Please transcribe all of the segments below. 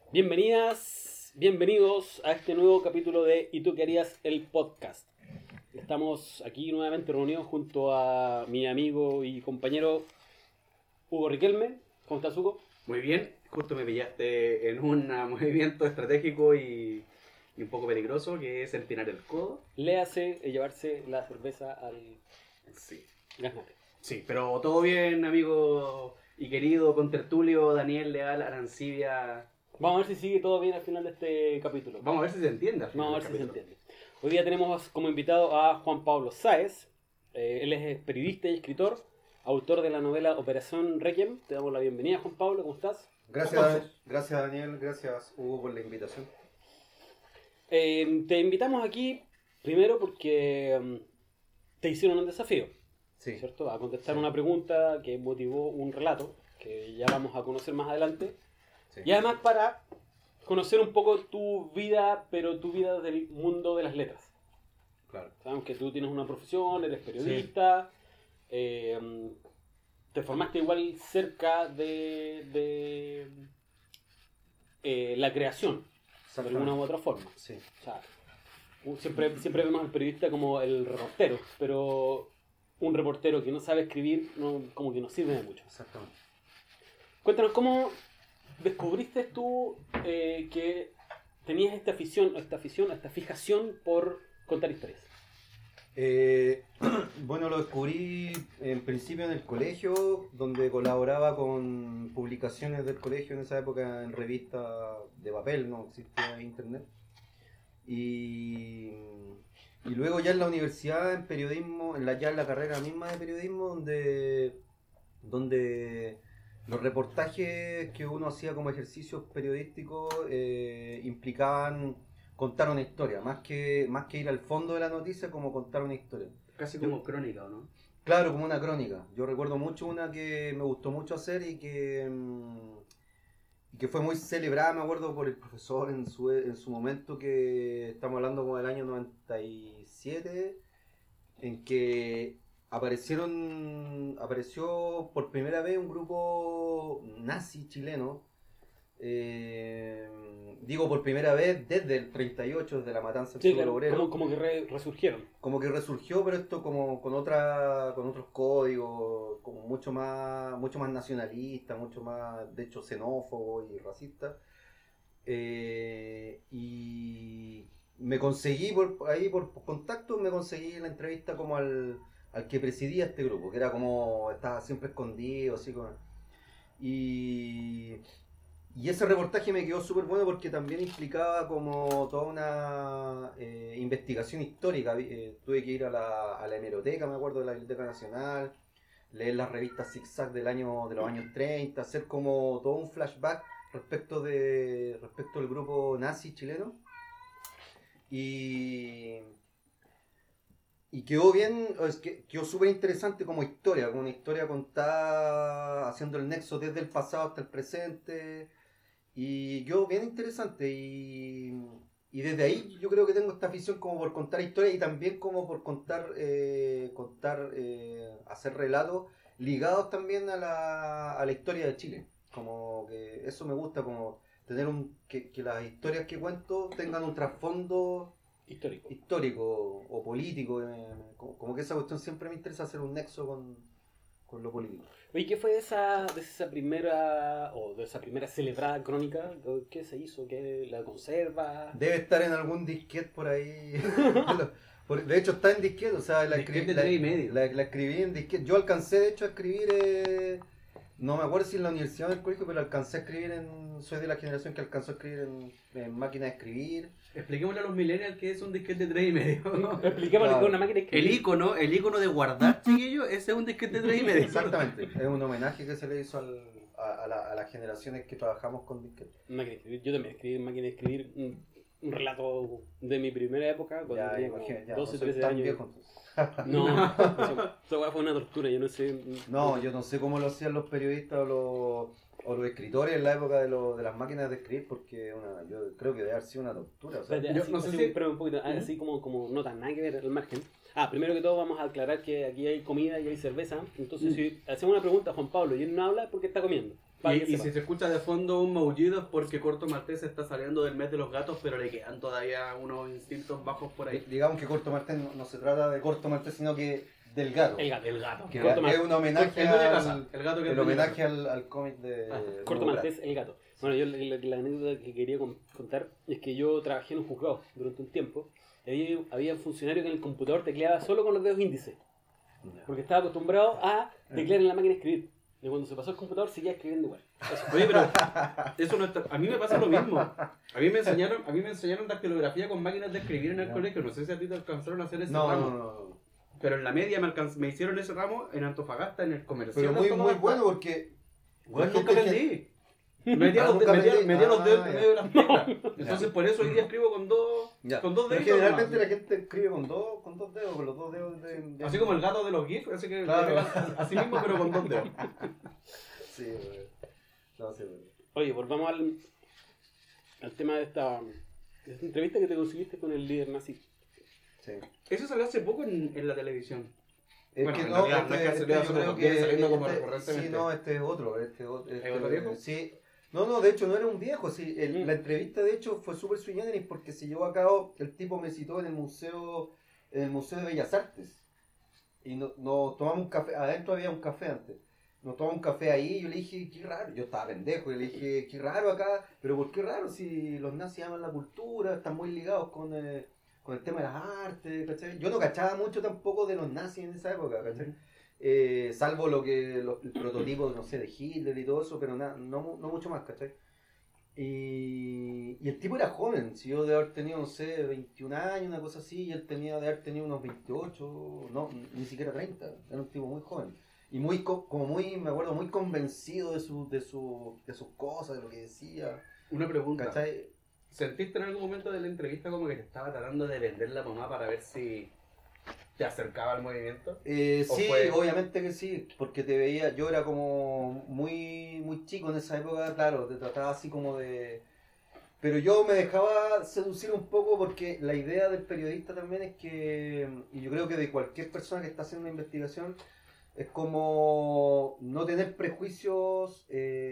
Bienvenidas, bienvenidos a este nuevo capítulo de ¿Y tú qué harías? El podcast. Estamos aquí nuevamente reunidos junto a mi amigo y compañero Hugo Riquelme. ¿Cómo estás, Hugo? Muy bien, justo me pillaste en un movimiento estratégico y un poco peligroso, que es empinar el codo. Le hace llevarse la cerveza al Sí, gaznate. sí, pero todo bien, amigo y querido contertulio Daniel Leal Arancibia. Vamos a ver si sigue todo bien al final de este capítulo. Vamos a ver si se entiende al final Vamos a ver del si se capítulo. entiende. Hoy día tenemos como invitado a Juan Pablo Sáez. Él es periodista y escritor, autor de la novela Operación Requiem. Te damos la bienvenida, Juan Pablo. ¿Cómo estás? Gracias Daniel, gracias Hugo por la invitación. Te invitamos aquí primero porque te hicieron un desafío, Sí, ¿cierto? A contestar Sí. una pregunta que motivó un relato que ya vamos a conocer más adelante. sí. Y además para conocer un poco tu vida, pero tu vida del mundo de las letras. Claro. Sabemos que tú tienes una profesión, eres periodista, te formaste igual cerca de la creación, de alguna u otra forma. Sí, O sea, siempre vemos al periodista como el reportero, pero un reportero que no sabe escribir como que no sirve de mucho. exactamente. Cuéntanos, ¿cómo descubriste tú que tenías esta fijación por contar historias? Bueno, lo descubrí en principio en el colegio, donde colaboraba con publicaciones del colegio en esa época en revistas de papel, no existía internet. Y luego ya en la universidad, en periodismo, ya en la carrera misma de periodismo, donde los reportajes que uno hacía como ejercicios periodísticos implicaban contar una historia, más que ir al fondo de la noticia, como contar una historia. Casi como crónica, ¿o no? Claro, como una crónica. Yo recuerdo mucho una que me gustó mucho hacer y que fue muy celebrada, me acuerdo, por el profesor en su momento, que estamos hablando como del año 97, en que apareció por primera vez un grupo nazi chileno. Digo por primera vez desde el 38, desde la matanza del Sí, pueblo claro, obrero. como que resurgieron. Como que resurgió, pero esto como con otros códigos, como mucho más nacionalista, mucho más, de hecho, xenófobo y racista. Y me conseguí por contacto, me conseguí la entrevista como al que presidía este grupo, que era como, estaba siempre escondido, así como. Y ese reportaje me quedó súper bueno porque también implicaba como toda una investigación histórica. Tuve que ir a la hemeroteca, me acuerdo, de la Biblioteca Nacional, leer las revistas Zigzag de los años 30, hacer como todo un flashback respecto del grupo nazi chileno. Y quedó bien, quedó súper interesante como una historia contada haciendo el nexo desde el pasado hasta el presente. Y quedó bien interesante y desde ahí yo creo que tengo esta afición como por contar historias y también como por hacer relatos ligados también a la historia de Chile. Como que eso me gusta, como tener que las historias que cuento tengan un trasfondo histórico o político. Como que esa cuestión siempre me interesa, hacer un nexo con lo político. Oye, ¿qué fue de esa primera celebrada crónica? ¿Qué se hizo? ¿Qué la conserva? Debe estar en algún disquete por ahí. De hecho está en disquete, o sea, Disquete de 3,5. la escribí en disquete. Yo alcancé de hecho a escribir, no me acuerdo si en la universidad o en el colegio, pero alcancé a escribir soy de la generación que alcanzó a escribir en máquina de escribir. Expliquémosle a los millennials que es un disquete de 3,5. Expliquémosle Claro. que es una máquina de escribir. El icono de guardar, chiquillo, ese es un disquete de 3,5. Exactamente, es un homenaje que se le hizo a las generaciones que trabajamos con disquete. Máquina de escribir. Yo también escribí en máquina de escribir un relato de mi primera época, cuando Ya, tenía como imagínate, ya, 12, no soy 13 tan años. viejo, entonces. No, eso fue una tortura, yo no sé. No, yo no sé cómo lo hacían los periodistas o los escritores en la época de las máquinas de escribir, porque yo creo que debe haber sido una tortura. O sea, Espérate, yo así, no sé así, si- pero un poquito, así como no tan nada que ver al margen. Primero que todo vamos a aclarar que aquí hay comida y hay cerveza. Entonces, si hacemos una pregunta a Juan Pablo y él no habla, es porque está comiendo. Para que Y sepa. si se escucha de fondo un maullido es porque Corto Maltés está saliendo del mes de los gatos, pero le quedan todavía unos instintos bajos por ahí. Digamos que Corto Maltés no se trata de Corto Maltés, sino que del gato. El gato. Que Corto es Maltés. un homenaje El dueño de al, casa, el gato que es el dueño de homenaje casa. al cómic de Corto Nuno Maltés, el gato. Bueno, yo la anécdota que quería contar es que yo trabajé en un juzgado durante un tiempo. Y había un funcionario que en el computador tecleaba solo con los dedos índices. Porque estaba acostumbrado a teclear en la máquina de escribir. Y cuando se pasó al computador seguía escribiendo igual. Oye, pero eso no está... A mí me pasa lo mismo. A mí me enseñaron dactilografía con máquinas de escribir en el colegio. No sé si a ti te alcanzaron a hacer ese ramo. No. Pero en la media me hicieron ese ramo en Antofagasta, en el comercio. Pero muy bueno porque... Bueno, gente nunca que- aprendí. Metía los nunca aprendí. dedos en Ya. medio de las teclas. Entonces por eso hoy día escribo con dos Ya. dedos. Pero generalmente la gente escribe con dos dedos, con los dos dedos de... Así como el gato de los GIFs, así que Claro. le pegan así mismo pero con 2 dedos. Sí, güey. No sé, güey. Oye, volvamos al tema de esta entrevista que te conseguiste con el líder nazi. Sí. Eso salió hace poco en la televisión. Es Bueno, que en no, realidad no es que este se yo lea hace creo poco, que viene saliendo como recurrentemente. Sí, no, este es otro. ¿Es otro viejo? Sí. No, de hecho no era un viejo. Sí. Mm. La entrevista de hecho fue súper sui generis porque se llevó a cabo, el tipo me citó en el museo de Bellas Artes. Y nos tomamos un café, adentro había un café antes. Nos tomamos un café ahí y yo le dije, qué raro. Yo estaba pendejo y le dije, qué raro acá. Pero ¿por qué raro si los nazis aman la cultura, están muy ligados con el tema de las artes, ¿cachai? Yo no cachaba mucho tampoco de los nazis en esa época, ¿cachai? Salvo el prototipo, no sé, de Hitler y todo eso, pero no mucho más, ¿cachai? Y el tipo era joven, si yo de haber tenido, no sé, 21 años, una cosa así, y él tenía de haber tenido unos 28, no, ni siquiera 30, era un tipo muy joven. Y me acuerdo, muy convencido de sus cosas, de lo que decía, Una pregunta. ¿cachai? ¿Sentiste en algún momento de la entrevista como que te estaba tratando de vender la mamá para ver si te acercaba al movimiento? ¿O Sí, fue- obviamente que sí, porque te veía, yo era como muy chico en esa época, claro, te trataba así como de... Pero yo me dejaba seducir un poco porque la idea del periodista también es que, y yo creo que de cualquier persona que está haciendo una investigación, es como no tener prejuicios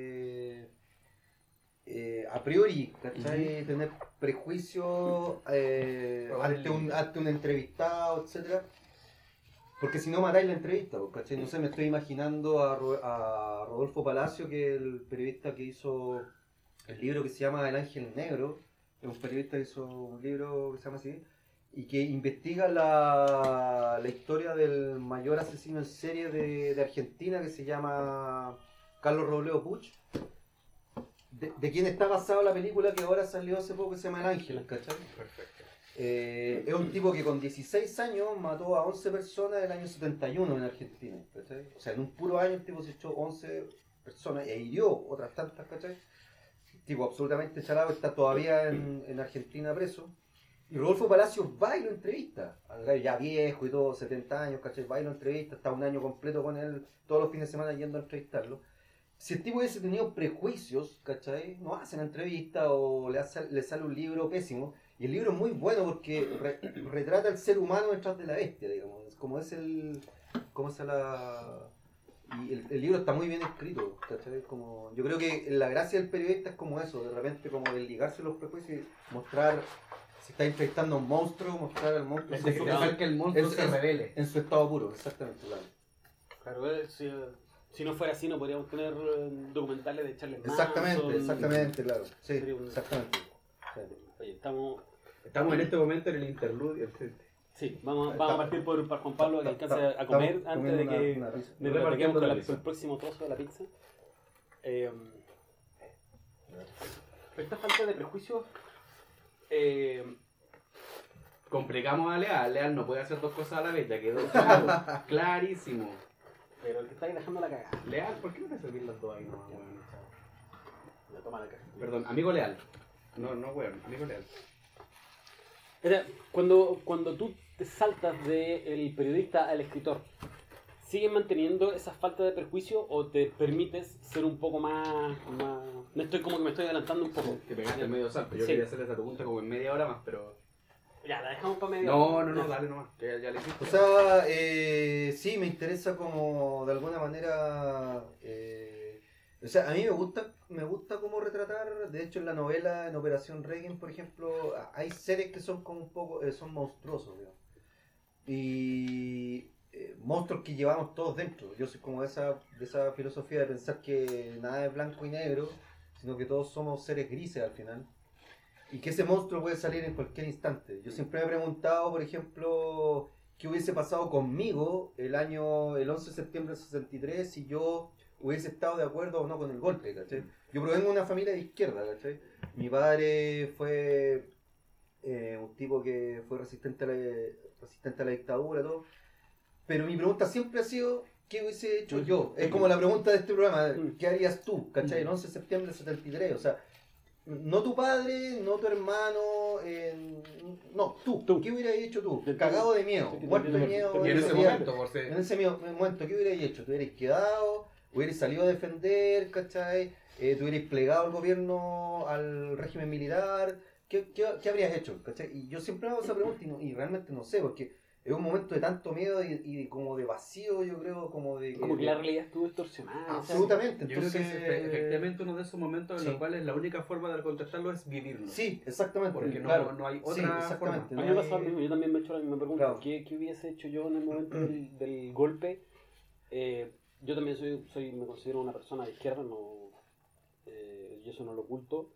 a priori, ¿cachai? Tener prejuicios ante un entrevistado, etcétera. Porque si no matáis la entrevista, ¿cachai? No sé, me estoy imaginando a Rodolfo Palacio, que es el periodista que hizo el libro que se llama El Ángel Negro. Es un periodista que hizo un libro que se llama así. Y que investiga la historia del mayor asesino en serie de Argentina, que se llama Carlos Robledo Puch. De quien está basada la película que ahora salió hace poco, que se llama El Ángel, ¿cachai? Perfecto. Es un tipo que con 16 años mató a 11 personas en el año 71 en Argentina, ¿cachai? O sea, en un puro año el tipo se echó 11 personas e hirió otras tantas, ¿cachai? El tipo absolutamente chalado, está todavía en Argentina preso. Y Rodolfo Palacios va y lo entrevista, al gallo ya viejo y todo, 70 años, ¿cachai? Va y lo entrevista, está un año completo con él, todos los fines de semana yendo a entrevistarlo. Si el tipo hubiese tenido prejuicios, ¿cachai? No hacen entrevista o le sale un libro pésimo. Y el libro es muy bueno porque retrata al ser humano detrás de la bestia, digamos. Como es la... Y el libro está muy bien escrito, ¿cachai? Como, yo creo que la gracia del periodista es como eso, de repente como desligarse los prejuicios y mostrar, si está entrevistando a un monstruo, mostrar al monstruo Es dejar que el monstruo se revele. en su estado puro, exactamente, claro. Claro, si no fuera así no podríamos tener documentales de Charles Manson. Exactamente, claro. Sí, Sería un- exactamente. Sí. Oye, estamos en este momento en el interludio. Sí, vamos a partir por Juan Pablo que alcance a comer Estamos antes de comiendo que una pizza. de que Repartiendo arranquemos con la la- pizza. con el próximo trozo de la pizza. Esta falta de prejuicio, Complicamos a Leal. Leal no puede hacer dos cosas a la vez, ya quedó claro, clarísimo. pero el que está ahí dejando la cagada. Leal, ¿por qué no te servís las dos ahí nomás, weón? Ya toma la caja. Perdón, amigo Leal. No, weón, amigo Leal. O sea, cuando tú te saltas del periodista al escritor, ¿sigues manteniendo esa falta de prejuicio o te permites ser un poco más... No estoy como que me estoy adelantando un poco. Te pegaste en medio salto. Yo Sí. quería hacerle esa pregunta como en media hora más, pero... Ya, la dejamos para medio. No, dale nomás. Que ya le hiciste. O sea, sí, me interesa como de alguna manera O sea, a mí me gusta cómo retratar, de hecho en la novela, en Operación Reagan, por ejemplo, hay seres que son como un poco, son monstruosos, digamos. Y monstruos que llevamos todos dentro. Yo soy como de esa filosofía de pensar que nada es blanco y negro, sino que todos somos seres grises al final. Y que ese monstruo puede salir en cualquier instante. Yo siempre me he preguntado, por ejemplo, qué hubiese pasado conmigo el 11 de septiembre del 63 si yo hubiese estado de acuerdo o no con el golpe, ¿cachai? Yo provengo de una familia de izquierda, ¿cachai? Mi padre fue un tipo que fue resistente a la dictadura, todo. Pero mi pregunta siempre ha sido, ¿qué hubiese hecho yo? Es como la pregunta de este programa, ¿qué harías tú? ¿Cachai? El 11 de septiembre del 73, o sea, no tu padre, no tu hermano, no, tú. ¿Qué hubieras hecho tú? Cagado de miedo, muerto de miedo. Y en ese momento, por si... En ese momento, ¿qué hubieras hecho? ¿Te hubieras quedado? ¿Hubieras salido a defender? ¿Cachai? ¿Te hubieras plegado al gobierno, al régimen militar? ¿Qué habrías hecho? ¿Cachai? Y yo siempre hago esa pregunta y realmente no sé, porque es un momento de tanto miedo y como de vacío, yo creo, como de... Como que la realidad estuvo distorsionada. Absolutamente. Yo creo que es efectivamente uno de esos momentos en Sí. los cuales la única forma de contestarlo es vivirlo. Sí, exactamente. Porque no, claro. no hay Sí, otra exactamente. A mí me pasó lo mismo, yo también me he hecho la misma pregunta. Claro. ¿Qué hubiese hecho yo en el momento del golpe? Yo también me considero una persona de izquierda, y eso no lo oculto.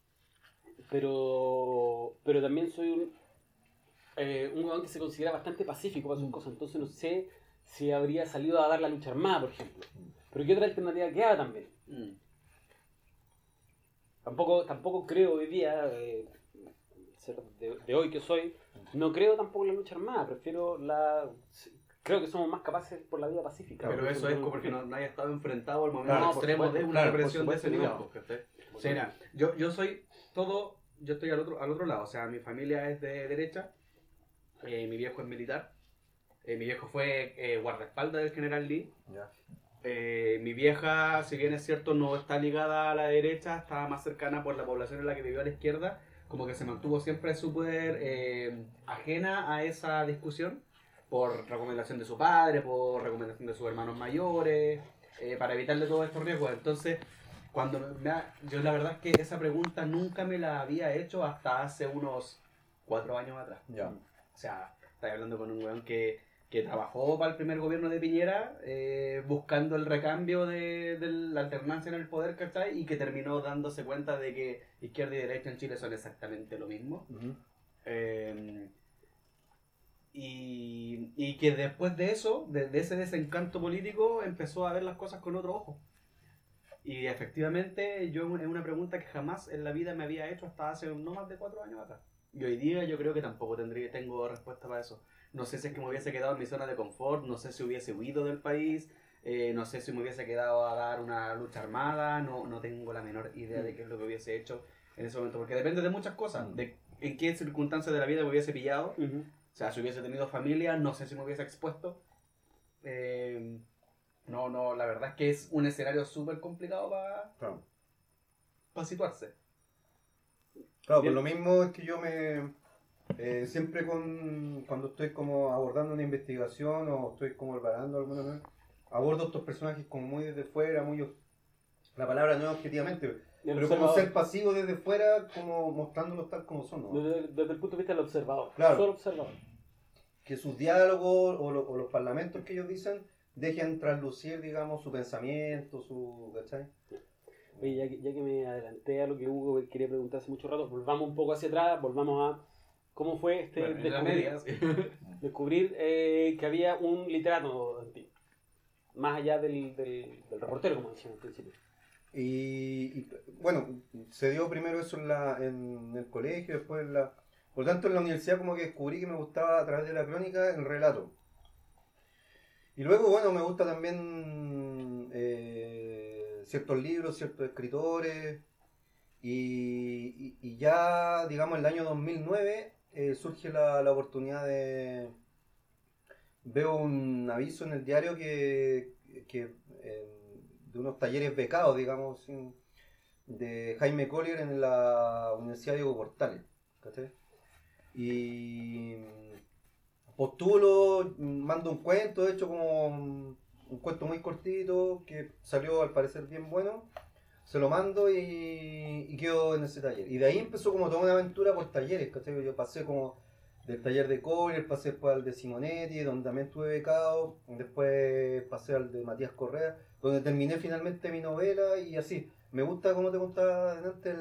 Pero también soy un huevón que se considera bastante pacífico para sus cosas. Entonces no sé si habría salido a dar la lucha armada, por ejemplo. Pero ¿qué otra alternativa queda también? Tampoco creo hoy día, ser de hoy que soy, no creo tampoco en la lucha armada. Creo que somos más capaces por la vía pacífica. Pero eso es como porque no haya estado enfrentado al momento Claro, extremo por de supuesto, una claro, represión por de ese supuesto, nivel. no. O sea, mira, yo estoy al otro lado, o sea, mi familia es de derecha, mi viejo es militar, mi viejo fue guardaespaldas del general Lee. Ya. Mi vieja, si bien es cierto, no está ligada a la derecha, está más cercana por la población en la que vivió a la izquierda, como que se mantuvo siempre súper ajena a esa discusión, por recomendación de su padre, por recomendación de sus hermanos mayores, para evitarle todos estos riesgos. Entonces, yo la verdad es que esa pregunta nunca me la había hecho hasta hace unos 4 años atrás. Ya. O sea, estoy hablando con un weón que trabajó para el primer gobierno de Piñera, buscando el recambio de la alternancia en el poder, ¿cachai? Y que terminó dándose cuenta de que izquierda y derecha en Chile son exactamente lo mismo. Ujú. Y que después de eso, de ese desencanto político, empezó a ver las cosas con otro ojo. Y efectivamente, es una pregunta que jamás en la vida me había hecho hasta hace no más de 4 años atrás. Y hoy día yo creo que tampoco tengo respuesta para eso. No sé si es que me hubiese quedado en mi zona de confort, no sé si hubiese huido del país, no sé si me hubiese quedado a dar una lucha armada, no tengo la menor idea de qué es lo que hubiese hecho en ese momento, porque depende de muchas cosas, de en qué circunstancias de la vida me hubiese pillado. O sea, si hubiese tenido familia, no sé si me hubiese expuesto. La verdad es que es un escenario súper complicado Claro. para situarse. Claro, Bien. por lo mismo es que yo siempre cuando estoy como abordando una investigación o estoy como alvarando alguna vez, abordo estos personajes como muy desde fuera, la palabra no es objetivamente, pero como observador. ser pasivo desde fuera, como mostrándolos tal como son, ¿no? Desde el punto de vista del observador. Claro. Solo observador. Que sus diálogos o los parlamentos que ellos dicen dejen traslucir, digamos, su pensamiento, ¿cachai? Oye, ya que me adelanté a lo que Hugo quería preguntar hace mucho rato, volvamos un poco hacia atrás, volvamos a cómo fue Bueno, en la media, sí. descubrir que había un literato en ti, más allá del reportero, como decíamos al principio. Y bueno, se dio primero eso en el colegio, después por lo tanto en la universidad como que descubrí que me gustaba a través de la crónica el relato. Y luego, bueno, me gusta también ciertos libros, ciertos escritores. Y ya, digamos, en el año 2009 surge la oportunidad de... Veo un aviso en el diario que de unos talleres becados, digamos, de Jaime Collier en la Universidad Diego Portales, ¿cachai? Y postulo, mando un cuento, de hecho como un cuento muy cortito que salió al parecer bien bueno. Se lo mando y quedo en ese taller. Y de ahí empezó como toda una aventura por talleres, ¿cachai? Yo pasé como del taller de Collier, pasé después al de Simonetti, donde también estuve becado, después pasé al de Matías Correa, donde terminé finalmente mi novela y así. Me gusta, como te contaba antes,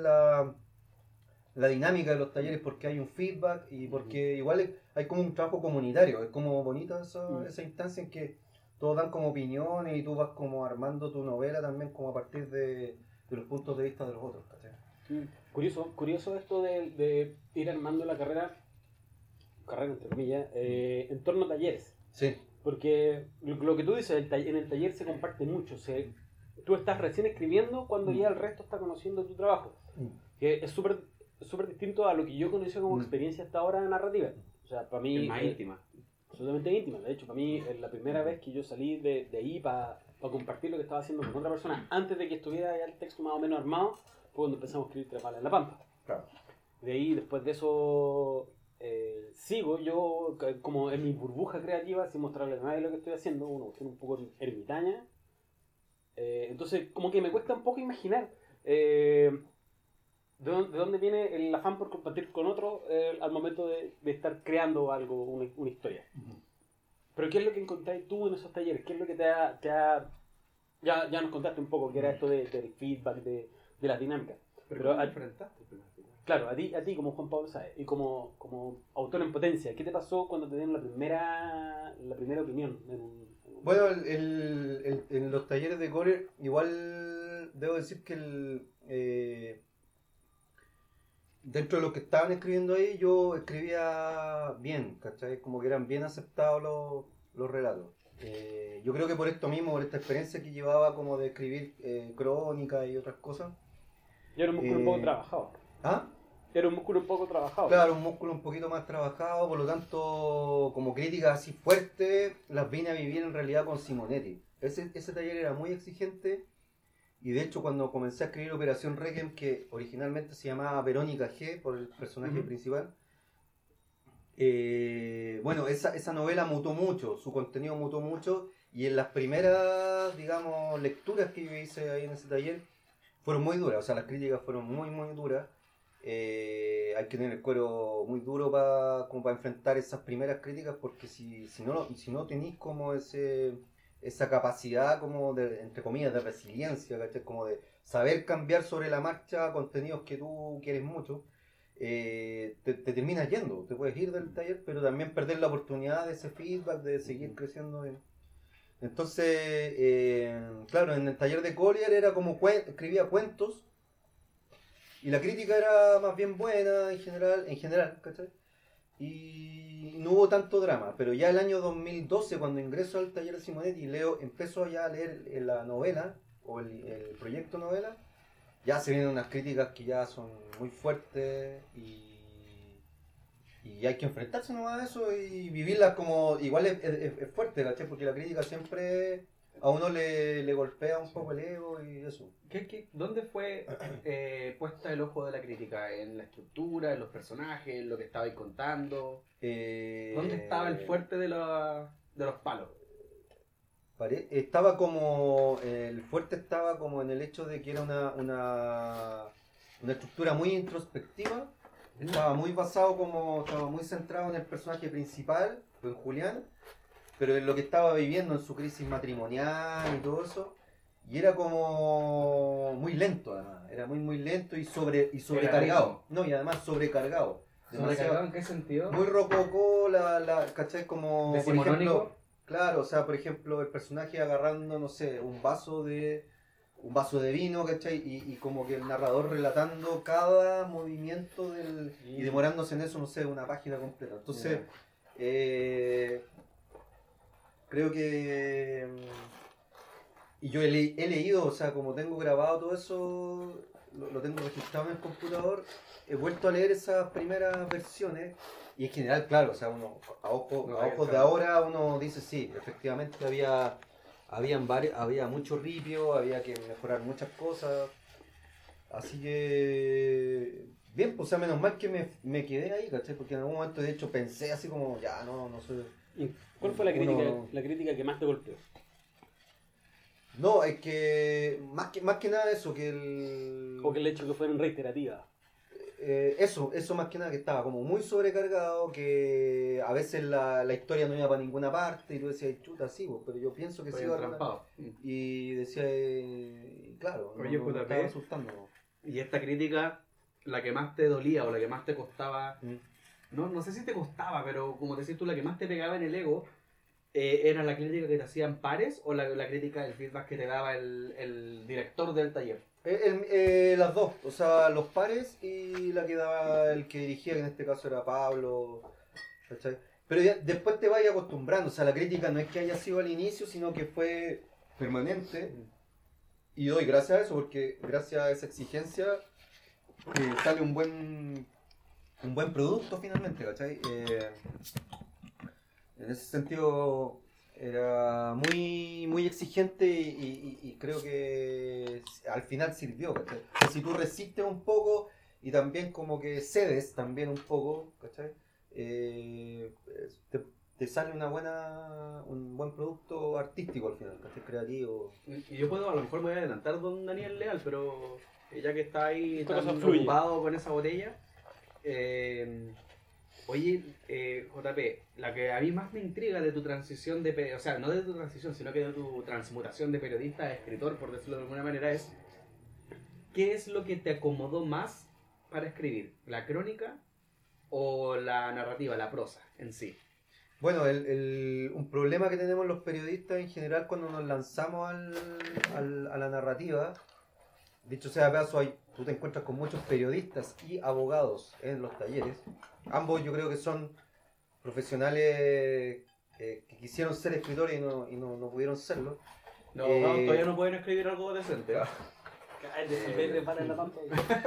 la dinámica de los talleres porque hay un feedback y porque igual hay como un trabajo comunitario, es como bonita esa instancia en que todos dan como opiniones y tú vas como armando tu novela también como a partir de los puntos de vista de los otros, ¿cachai? Curioso esto de ir armando la carrera entre comillas, en torno a talleres. Sí. Porque lo que tú dices, en el taller se comparte mucho. Tú estás recién escribiendo cuando ya el resto está conociendo tu trabajo. Que es súper distinto a lo que yo conocí como experiencia hasta ahora en narrativa. O sea, para mí... Es más íntima. Absolutamente íntima. De hecho, para mí, la primera vez que yo salí de ahí para compartir lo que estaba haciendo con otra persona, antes de que estuviera ya el texto más o menos armado, fue cuando empezamos a escribir Tres Balas en la Pampa. Claro. De ahí, después de eso, sigo yo como en mi burbuja creativa, sin mostrarle a nadie lo que estoy haciendo, una cuestión un poco ermitaña. Entonces, como que me cuesta un poco imaginar de dónde viene el afán por compartir con otros al momento de estar creando algo, una historia. Pero ¿qué es lo que encontráis tú en esos talleres? ¿Qué es lo que te ha ya nos contaste un poco, que era esto del feedback, de las dinámicas? Pero ¿cómo enfrentaste? Claro, a ti como Juan Pablo Sáez y como autor en potencia, ¿qué te pasó cuando te dieron la primera opinión? Bueno, en los talleres de Core, igual debo decir que dentro de los que estaban escribiendo ahí, yo escribía bien, ¿cachai? Como que eran bien aceptados los relatos. Yo creo que por esto mismo, por esta experiencia que llevaba como de escribir crónicas y otras cosas. Y era un músculo un poco trabajado. ¿Ah? Era un músculo un poco trabajado. Claro, un músculo un poquito más trabajado, por lo tanto, como críticas así fuertes, las vine a vivir en realidad con Simonetti. Ese taller era muy exigente y de hecho cuando comencé a escribir Operación Requiem, que originalmente se llamaba Verónica G por el personaje principal, bueno, esa novela mutó mucho, su contenido mutó mucho y en las primeras, digamos, lecturas que yo hice ahí en ese taller fueron muy duras, o sea, las críticas fueron muy, muy duras. Hay que tener el cuero muy duro como para enfrentar esas primeras críticas, porque si no tenéis como esa capacidad como de, entre comillas, de resiliencia, ¿cachai? Como de saber cambiar sobre la marcha contenidos que tú quieres mucho, te terminas yendo, te puedes ir del taller, pero también perder la oportunidad de ese feedback, de seguir creciendo. Entonces, claro, en el taller de Collier era como escribía cuentos, y la crítica era más bien buena en general, ¿cachai? Y no hubo tanto drama, pero ya el año 2012, cuando ingreso al taller de Simonetti y empiezo ya a leer la novela, o el proyecto novela, ya se vienen unas críticas que ya son muy fuertes y hay que enfrentarse nomás a eso y vivirlas como, igual es fuerte, ¿cachai? Porque la crítica siempre a uno le golpea un poco el ego y eso. ¿Dónde fue puesta el ojo de la crítica? ¿En la estructura, en los personajes, en lo que estabais contando? ¿Dónde estaba el fuerte de los palos? El fuerte estaba como en el hecho de que era una estructura muy introspectiva. Estaba muy estaba muy centrado en el personaje principal, en Julián, pero en lo que estaba viviendo en su crisis matrimonial y todo eso. Y era como muy lento, además. Era muy lento y sobrecargado. No, y además sobrecargado. ¿Sobrecargado en qué sentido? Muy rococó, ¿cachai? Como, por ejemplo, claro, o sea, por ejemplo, el personaje agarrando, no sé, un vaso de vino, ¿cachai? Y como que el narrador relatando cada movimiento y demorándose en eso, no sé, una página completa. Entonces, creo que... Y yo he leído, o sea, como tengo grabado todo eso, lo tengo registrado en el computador, he vuelto a leer esas primeras versiones y en general, claro, o sea, uno a ojos de ahora uno dice sí, efectivamente había mucho ripio, había que mejorar muchas cosas, así que bien, pues, o sea, menos mal que me quedé ahí, ¿cachai? Porque en algún momento de hecho pensé así como, ya, no soy... ¿Cuál fue la crítica que más te golpeó? No, es que más que nada eso, que el... O que el hecho que fueran reiterativas. Eso más que nada, que estaba como muy sobrecargado, que a veces la historia no iba para ninguna parte y tú decías, chuta, sí, pues, pero yo pienso que sí Estoy va entrampado. y decía, claro, Oye, me JP. estaba asustando. Y esta crítica, la que más te dolía o la que más te costaba, Mm. no sé si te costaba, pero como decís tú, la que más te pegaba en el ego, ¿era la crítica que te hacían pares o la crítica, el feedback que te daba el director del taller? Las dos, o sea, los pares y la que daba el que dirigía, que en este caso era Pablo, ¿cachai? Pero ya después te vas acostumbrando, o sea, la crítica no es que haya sido al inicio, sino que fue permanente. Y doy gracias a eso, porque gracias a esa exigencia sale un buen producto finalmente, ¿cachai? En ese sentido era muy exigente y creo que al final sirvió, ¿cachai? Que si tú resistes un poco y también como que cedes también un poco, ¿cachai? Te sale un buen producto artístico al final, ¿cachai? Creativo. Y yo puedo, a lo mejor me voy a adelantar, don Daniel Leal, pero ya que está ahí Esta tan cosa fluye. ocupado con esa botella, oye, JP, la que a mí más me intriga de tu transición o sea, no de tu transición, sino que de tu transmutación de periodista a escritor, por decirlo de alguna manera, es ¿qué es lo que te acomodó más para escribir? ¿La crónica o la narrativa, la prosa en sí? Bueno, un problema que tenemos los periodistas en general cuando nos lanzamos a la narrativa, dicho sea de paso, tú te encuentras con muchos periodistas y abogados en los talleres. Ambos yo creo que son profesionales que quisieron ser escritores y no pudieron serlo. Los abogados todavía no pueden escribir algo decente. El de para en la pampa.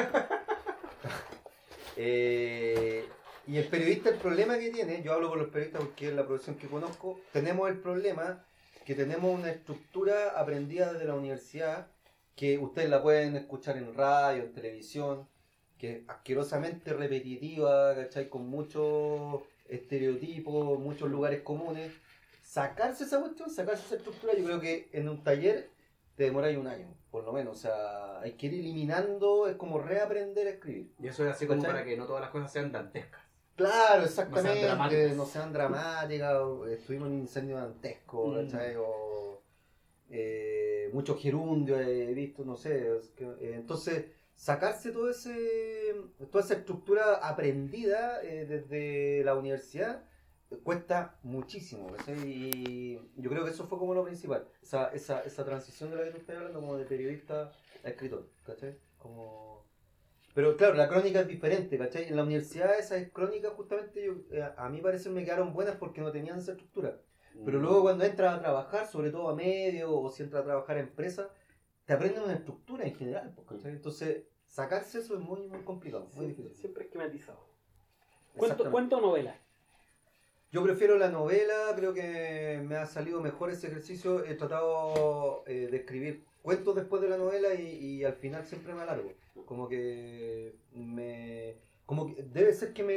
Y el periodista, el problema que tiene, yo hablo con los periodistas porque es la profesión que conozco, tenemos el problema que tenemos una estructura aprendida desde la universidad, que ustedes la pueden escuchar en radio, en televisión, que es asquerosamente repetitiva, ¿cachai? Con muchos estereotipos, muchos lugares comunes. Sacarse esa cuestión, sacarse esa estructura, yo creo que en un taller te demoráis un año, por lo menos. O sea, hay que ir eliminando, es como reaprender a escribir. Y eso es así como ¿Cachai? para que no todas las cosas sean dantescas. Claro, exactamente, dramáticas. no sean dramáticas, estuvimos en un incendio dantesco, ¿cachai? O mucho gerundio he visto, no sé, entonces sacarse toda esa estructura aprendida desde la universidad cuesta muchísimo, ¿cachai? Y yo creo que eso fue como lo principal, esa transición de la que tú estás hablando, como de periodista a escritor, ¿cachai? Pero claro, la crónica es diferente, ¿cachai? En la universidad esas crónicas justamente a mí parece me quedaron buenas porque no tenían esa estructura. Pero luego cuando entras a trabajar, sobre todo a medio o si entras a trabajar a empresa, te aprenden una estructura en general, ¿cachai? Entonces sacarse eso es muy complicado, muy difícil. Siempre esquematizado. Exactamente. ¿Cuento o novela? Yo prefiero la novela, creo que me ha salido mejor ese ejercicio. He tratado de escribir cuentos después de la novela y al final siempre me alargo. Como que debe ser que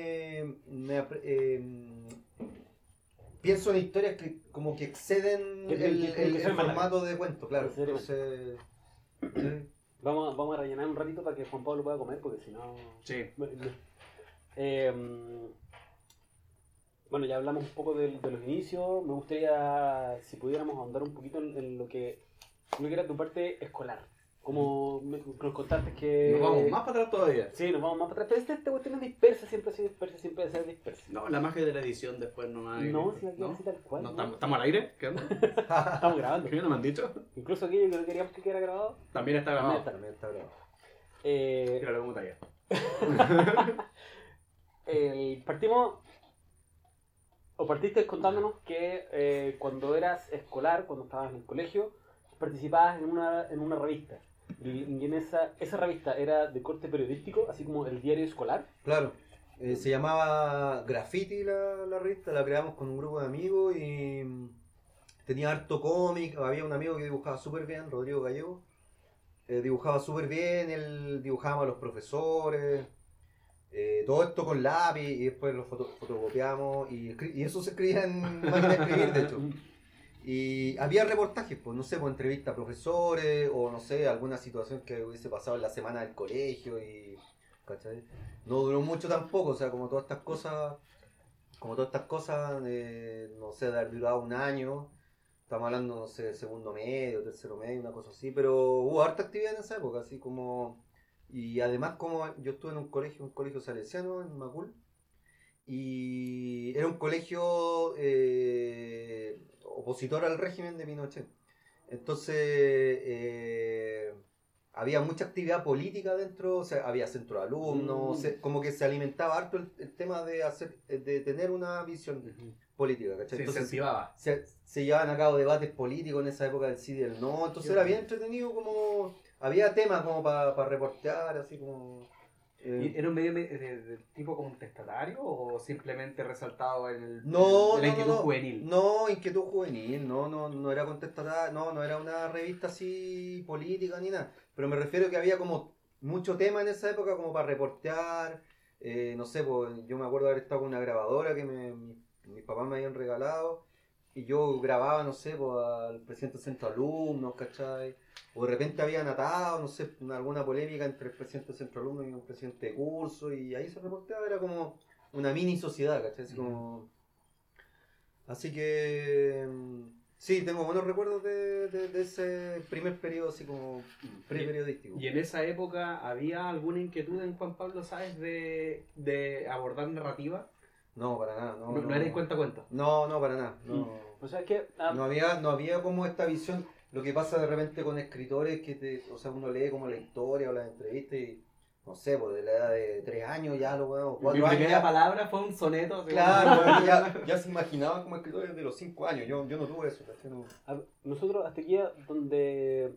pienso en historias que como que exceden el formato de cuento, claro. Entonces, vamos a rellenar un ratito para que Juan Pablo pueda comer, porque si no... Sí. Bueno, ya hablamos un poco de los inicios. Me gustaría, si pudiéramos ahondar un poquito en lo que era tu parte escolar. Como nos contaste que... Nos vamos más para atrás todavía. Sí, nos vamos más para atrás. Pero esta cuestión es dispersa, siempre ha sido dispersa, siempre debe ser dispersa. No, la magia de la edición después no hay... No, si aquí así tal cual. No, ¿no? ¿Estamos al aire? ¿Qué onda? Estamos grabando. ¿Qué no me han dicho? Incluso aquello que no queríamos que quedara grabado. También está grabado. también está grabado. Tíralo como talla. Partiste contándonos que cuando eras escolar, cuando estabas en el colegio, participabas en una revista. Y en esa revista era de corte periodístico, así como el diario escolar. Claro, se llamaba Graffiti la revista, la creamos con un grupo de amigos y tenía harto cómic. Había un amigo que dibujaba súper bien, Rodrigo Gallego. Dibujaba súper bien, él dibujaba a los profesores. Todo esto con lápiz y después lo fotocopiamos y eso se escribía en máquina de escribir, de hecho. Y había reportajes, pues no sé, pues entrevistas a profesores o no sé, alguna situación que hubiese pasado en la semana del colegio y, ¿cachai? No duró mucho tampoco, o sea, como todas estas cosas, no sé, de haber durado un año, estamos hablando, no sé, de segundo medio, tercero medio, una cosa así, pero hubo harta actividad en esa época, así como, y además como yo estuve en un colegio salesiano en Macul, y era un colegio opositor al régimen de Pinochet. Entonces, había mucha actividad política dentro, o sea, había centro de alumnos, como que se alimentaba harto el tema de tener una visión política, ¿cachai? Se Entonces, incentivaba. se llevaban a cabo debates políticos en esa época del sí y del no, entonces era bien entretenido, como había temas como para reportear, así como... ¿Y ¿Era un medio de tipo contestatario o simplemente resaltado No, en la no, inquietud no, juvenil? no, inquietud juvenil, no era contestataria, no era una revista así política ni nada, pero me refiero que había como mucho tema en esa época como para reportear, no sé, pues yo me acuerdo de haber estado con una grabadora que mis papás me habían regalado y yo grababa, no sé, pues al presidente del centro de alumnos, ¿cachai? O de repente habían atado, no sé, alguna polémica entre el presidente del centro de alumnos y un presidente de curso y ahí se reporteaba, era como una mini sociedad, ¿cachai? Así como... Así que sí, tengo buenos recuerdos de ese primer periodo así como pre-periodístico. ¿Y en esa época había alguna inquietud en Juan Pablo Sáenz de abordar narrativa? No, para nada. No era en cuenta. No, para nada. No, O sea, es que... no había como esta visión. Lo que pasa de repente con escritores o sea, uno lee como la historia o las entrevistas y no sé, pues de la edad de 3 años ya lo bueno, 4 Mi años. primera palabra fue un soneto. Claro, ya se imaginaban como escritores de los 5 años. Yo no tuve eso. No. Nosotros hasta aquí donde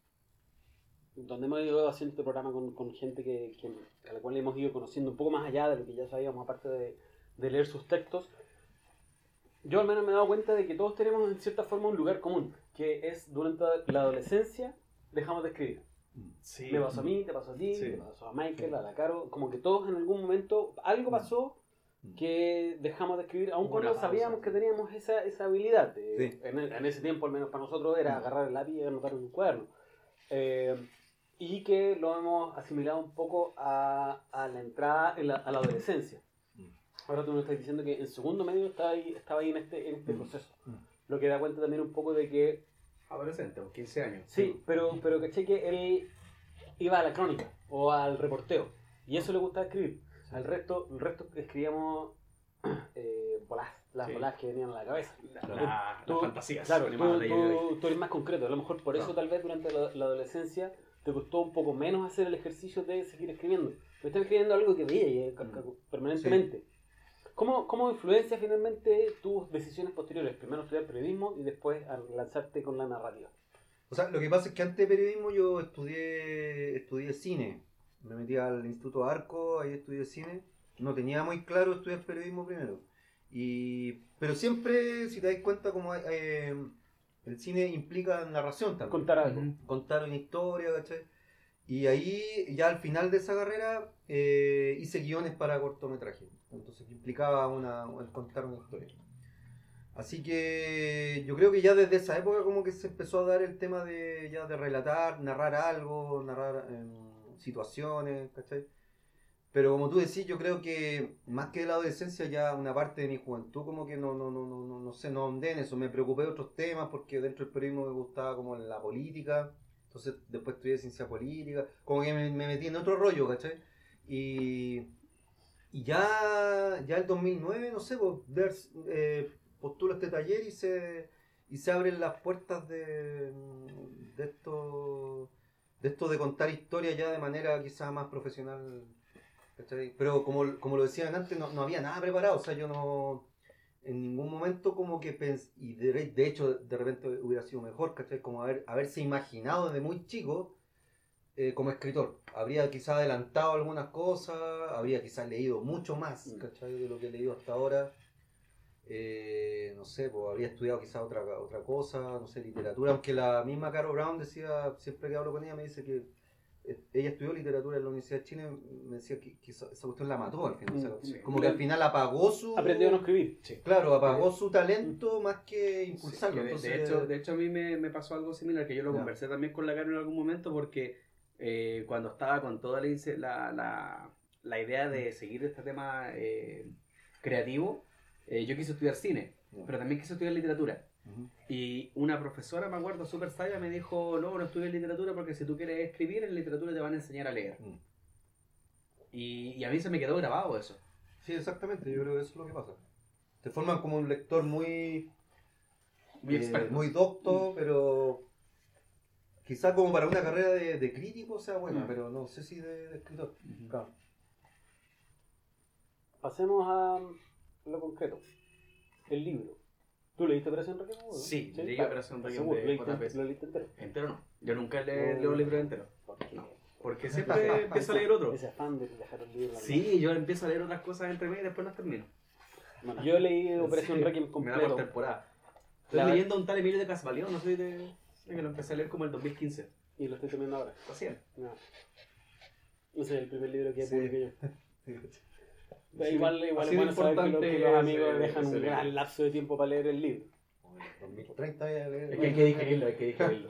hemos ido haciendo este programa con gente a la cual hemos ido conociendo un poco más allá de lo que ya sabíamos, aparte de leer sus textos, yo al menos me he dado cuenta de que todos tenemos en cierta forma un lugar común, que es durante la adolescencia dejamos de escribir. Sí. Me pasó a mí, te pasó a ti, Sí. te pasó a Michael, a la Caro, como que todos en algún momento algo pasó que dejamos de escribir, aun Hubo cuando una pausa. sabíamos que teníamos esa habilidad. Sí. En ese tiempo, al menos para nosotros, era agarrar el lápiz y anotar en un cuaderno. Y que lo hemos asimilado un poco a la entrada a la adolescencia. Ahora tú nos estás diciendo que en segundo medio estaba ahí en este proceso. Lo que da cuenta también un poco de que... Adolescente, 15 años. Sí, pero caché que él iba a la crónica o al reporteo. Y eso le gustaba escribir. El resto escribíamos las Sí. bolas que venían a la cabeza. Las fantasías. Claro, animadas de ahí. tú eres más concreto. A lo mejor por eso tal vez durante la adolescencia te costó un poco menos hacer el ejercicio de seguir escribiendo. Pero estás escribiendo algo que veías permanentemente. ¿Cómo influencia finalmente tus decisiones posteriores? Primero estudiar periodismo y después lanzarte con la narrativa. O sea, lo que pasa es que antes de periodismo yo estudié cine. Me metí al Instituto Arco, ahí estudié cine. No tenía muy claro estudiar periodismo primero. Pero siempre, si te das cuenta, como el cine implica narración también. Contar algo. Contar una historia, ¿cachai? Y ahí, ya al final de esa carrera, hice guiones para cortometrajes. Entonces implicaba el contar una historia. Así que yo creo que ya desde esa época como que se empezó a dar el tema de relatar, narrar algo, narrar situaciones, ¿cachai? Pero como tú decís, yo creo que más que de la adolescencia, ya una parte de mi juventud como que no sé, no ahondé en eso. Me preocupé de otros temas porque dentro del periodismo me gustaba como la política. Entonces después estudié ciencia política. Como que me metí en otro rollo, ¿cachai? Y ya el 2009, no sé, pues, postulo este taller y se abren las puertas de esto de contar historias ya de manera quizás más profesional, ¿cachai? Pero como lo decían antes, no había nada preparado, o sea, yo no en ningún momento como que pensé, y de hecho de repente hubiera sido mejor, ¿cachai? Como haberse imaginado desde muy chico como escritor. Habría quizás adelantado algunas cosas, habría quizás leído mucho más, ¿cachai? De lo que he leído hasta ahora. No sé, pues habría estudiado quizás otra cosa, no sé, literatura, aunque la misma Caro Brown decía, siempre que hablo con ella me dice que ella estudió literatura en la Universidad de Chile, me decía que esa cuestión la mató al final. O sea, Sí. como que al final apagó su... Aprendió a no escribir. Sí. Claro, apagó su talento más que Sí, impulsarlo. que Entonces, de hecho a mí me pasó algo similar, que yo lo Ya. conversé también con la Karen en algún momento, porque cuando estaba con toda la idea de seguir este tema creativo, yo quise estudiar cine, Ya. pero también quise estudiar literatura. Ujú. Y una profesora, me acuerdo, súper sabia, me dijo, no estudies literatura porque si tú quieres escribir, en literatura te van a enseñar a leer. Mm. Y a mí se me quedó grabado eso. Sí, exactamente, yo creo que eso es lo que pasa. Te forman como un lector muy experto. muy docto, pero quizá como para una carrera de crítico sea buena, Mm. pero no sé si de escritor. Ujú. Claro. Pasemos a lo concreto. El libro. ¿Tú leíste Operación Requiem? ¿No? Sí, leí claro. Operación Requiem Seguro, de leíste- JP. lo leíste entero. Entero no. Yo nunca leo No. libros enteros. ¿Por qué? No. Porque siempre empiezo a leer otro. Ese afán de dejar el libro. en la Sí, yo empiezo a leer otras cosas entre medio y después las termino. mano. Bueno, yo leí Operación Sí, Requiem Me da por completo. temporada. Estoy La- leyendo un tal Emilio de Casvalión, no sé de que lo empecé a leer como el 2015. Y lo estoy terminando ahora. Recién. No. Ese es el primer libro que Sí. publiqué yo. Pero Sí, igual ha es sido bueno saber importante que los amigos ese- dejan ese un gran libro. lapso de tiempo para leer el libro. Como en el 2030 voy a leer. Es que hay que digerirlo, hay que digerirlo.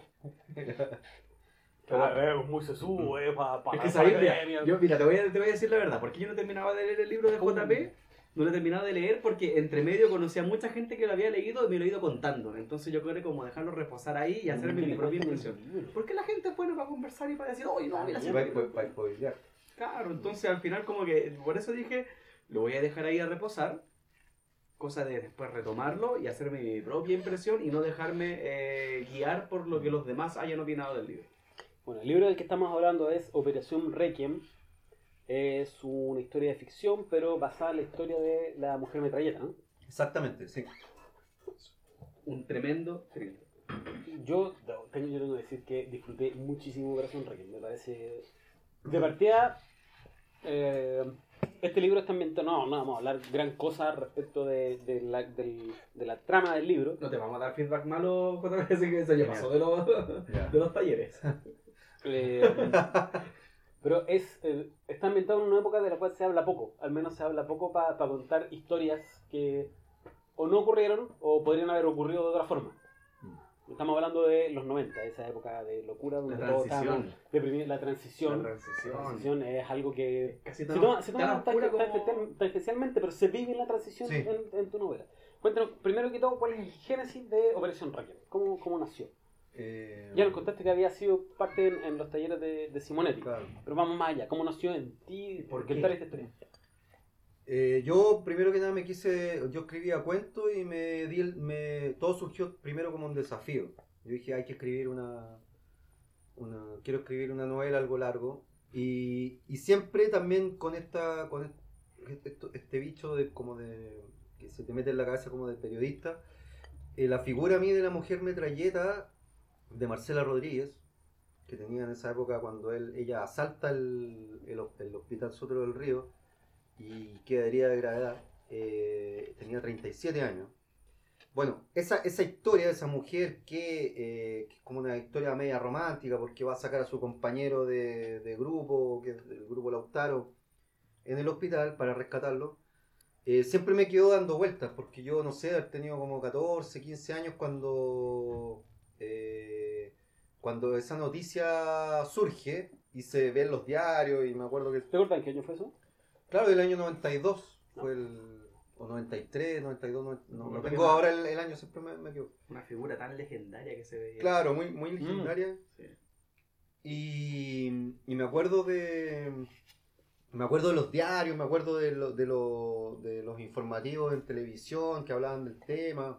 Pero es muy sesudo, para Es que sabéis, mira, te voy a decir la verdad. ¿Por qué yo no terminaba de leer el libro de JP? No lo he terminado de leer porque entre medio conocía a mucha gente que lo había leído y me lo he ido contando. Entonces yo quería como dejarlo reposar ahí y hacerme mi propia impresión. Porque la gente es buena para conversar y para decir, oye, no, mira, Sí, sí, para spoilear. claro, entonces al final como que, por eso dije, lo voy a dejar ahí a reposar, cosa de después retomarlo y hacerme mi propia impresión y no dejarme guiar por lo que los demás hayan opinado del libro. Bueno, el libro del que estamos hablando es Operación Requiem. Es una historia de ficción, pero basada en la historia de la mujer metralleta, ¿no? Exactamente, sí. Un tremendo thriller. Yo tengo que decir que disfruté muchísimo Operación Requiem. Me parece... De partida, este libro está ambientado... No vamos a hablar gran cosa respecto de la trama del libro. No te vamos a dar feedback malo, JP, así que eso ya pasó de Ya. los talleres. Pero está ambientado en una época de la cual se habla poco. Al menos se habla poco para contar historias que o no ocurrieron o podrían haber ocurrido de otra forma. Estamos hablando de los 90, esa época de locura donde La todo transición. estaba deprimido. La transición. La La transición. transición es algo que Casi se tan, toma tan oscura como... tangencialmente, pero se vive en la transición Sí. en tu novela. Cuéntanos, primero que todo, cuál es el génesis de Operación Requiem. ¿Cómo nació? Ya nos contaste que había sido parte en los talleres de Simonetti. Claro. Pero vamos más allá. ¿Cómo nació en ti? ¿Por qué qué? tal esta historia? Yo primero que nada yo escribía cuentos y todo surgió primero como un desafío. Yo dije, hay que escribir quiero escribir una novela algo largo y siempre también con este bicho que se te mete en la cabeza como de periodista, la figura a mí de la mujer metralleta de Marcela Rodríguez, que tenía en esa época cuando ella asalta el hospital Sotero del Río y queda herida de gravedad, tenía 37 años. Bueno, esa historia de esa mujer que es como una historia media romántica porque va a sacar a su compañero de grupo, que es del grupo Lautaro, en el hospital para rescatarlo, siempre me quedó dando vueltas porque yo no sé, haber tenido como 14, 15 años cuando esa noticia surge y se ve en los diarios y me acuerdo que... ¿Te acuerdas en qué año fue eso? Claro, del año 92 fue o 93, 92, no No, tengo ahora el año, siempre me equivoco. Una figura tan legendaria que se veía. Claro, muy legendaria. Sí. Y me acuerdo de los diarios, me acuerdo de los informativos en televisión que hablaban del tema.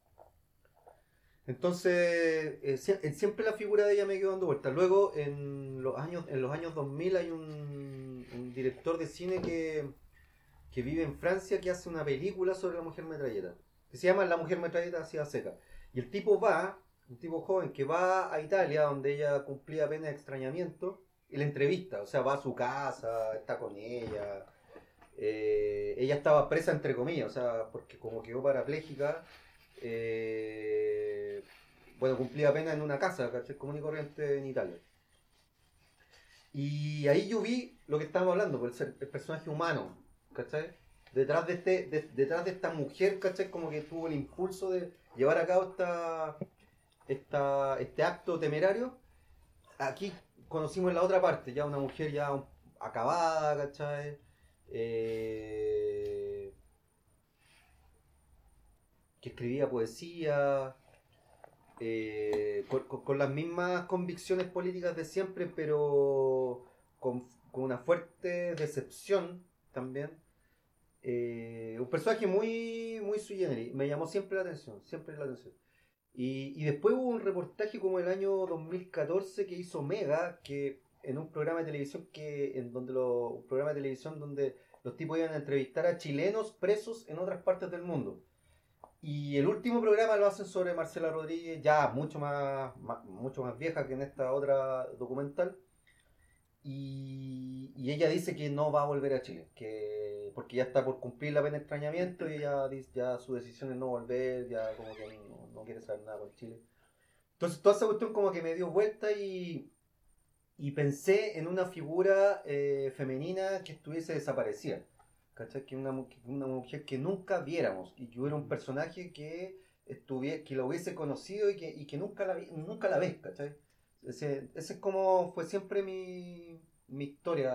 Entonces, siempre la figura de ella me quedó dando vueltas. Luego, en los años 2000 hay un director de cine que vive en Francia que hace una película sobre la mujer metralleta, que se llama La mujer metralleta a ciudad seca. Y el tipo un tipo joven que va a Italia, donde ella cumplía pena de extrañamiento, y la entrevista, o sea, va a su casa, está con ella. Ella estaba presa entre comillas, o sea, porque como quedó parapléjica, bueno, cumplía pena en una casa, ¿cachai? Común y corriente en Italia. Y ahí yo vi lo que estábamos hablando, pues, el personaje humano, ¿cachai? Detrás de esta mujer, ¿cachai? Como que tuvo el impulso de llevar a cabo este acto temerario. Aquí conocimos la otra parte, ya una mujer ya acabada, ¿cachai? Que escribía poesía, con las mismas convicciones políticas de siempre, pero con una fuerte decepción también. Un personaje muy sui generis, me llamó siempre la atención, siempre la atención. Y después hubo un reportaje como el año 2014 que hizo Mega, que en un programa de televisión un programa de televisión donde los tipos iban a entrevistar a chilenos presos en otras partes del mundo. Y el último programa lo hacen sobre Marcela Rodríguez, ya mucho más vieja que en esta otra documental. Y ella dice que no va a volver a Chile, porque ya está por cumplir la pena de extrañamiento y ya su decisión es no volver, ya como que no quiere saber nada con Chile. Entonces toda esa cuestión como que me dio vuelta y pensé en una figura femenina que estuviese desaparecida. ¿Cachai? Que una mujer que nunca viéramos y que hubiera un personaje que lo hubiese conocido y que nunca la ves, ¿cachai? Ese es como fue siempre mi historia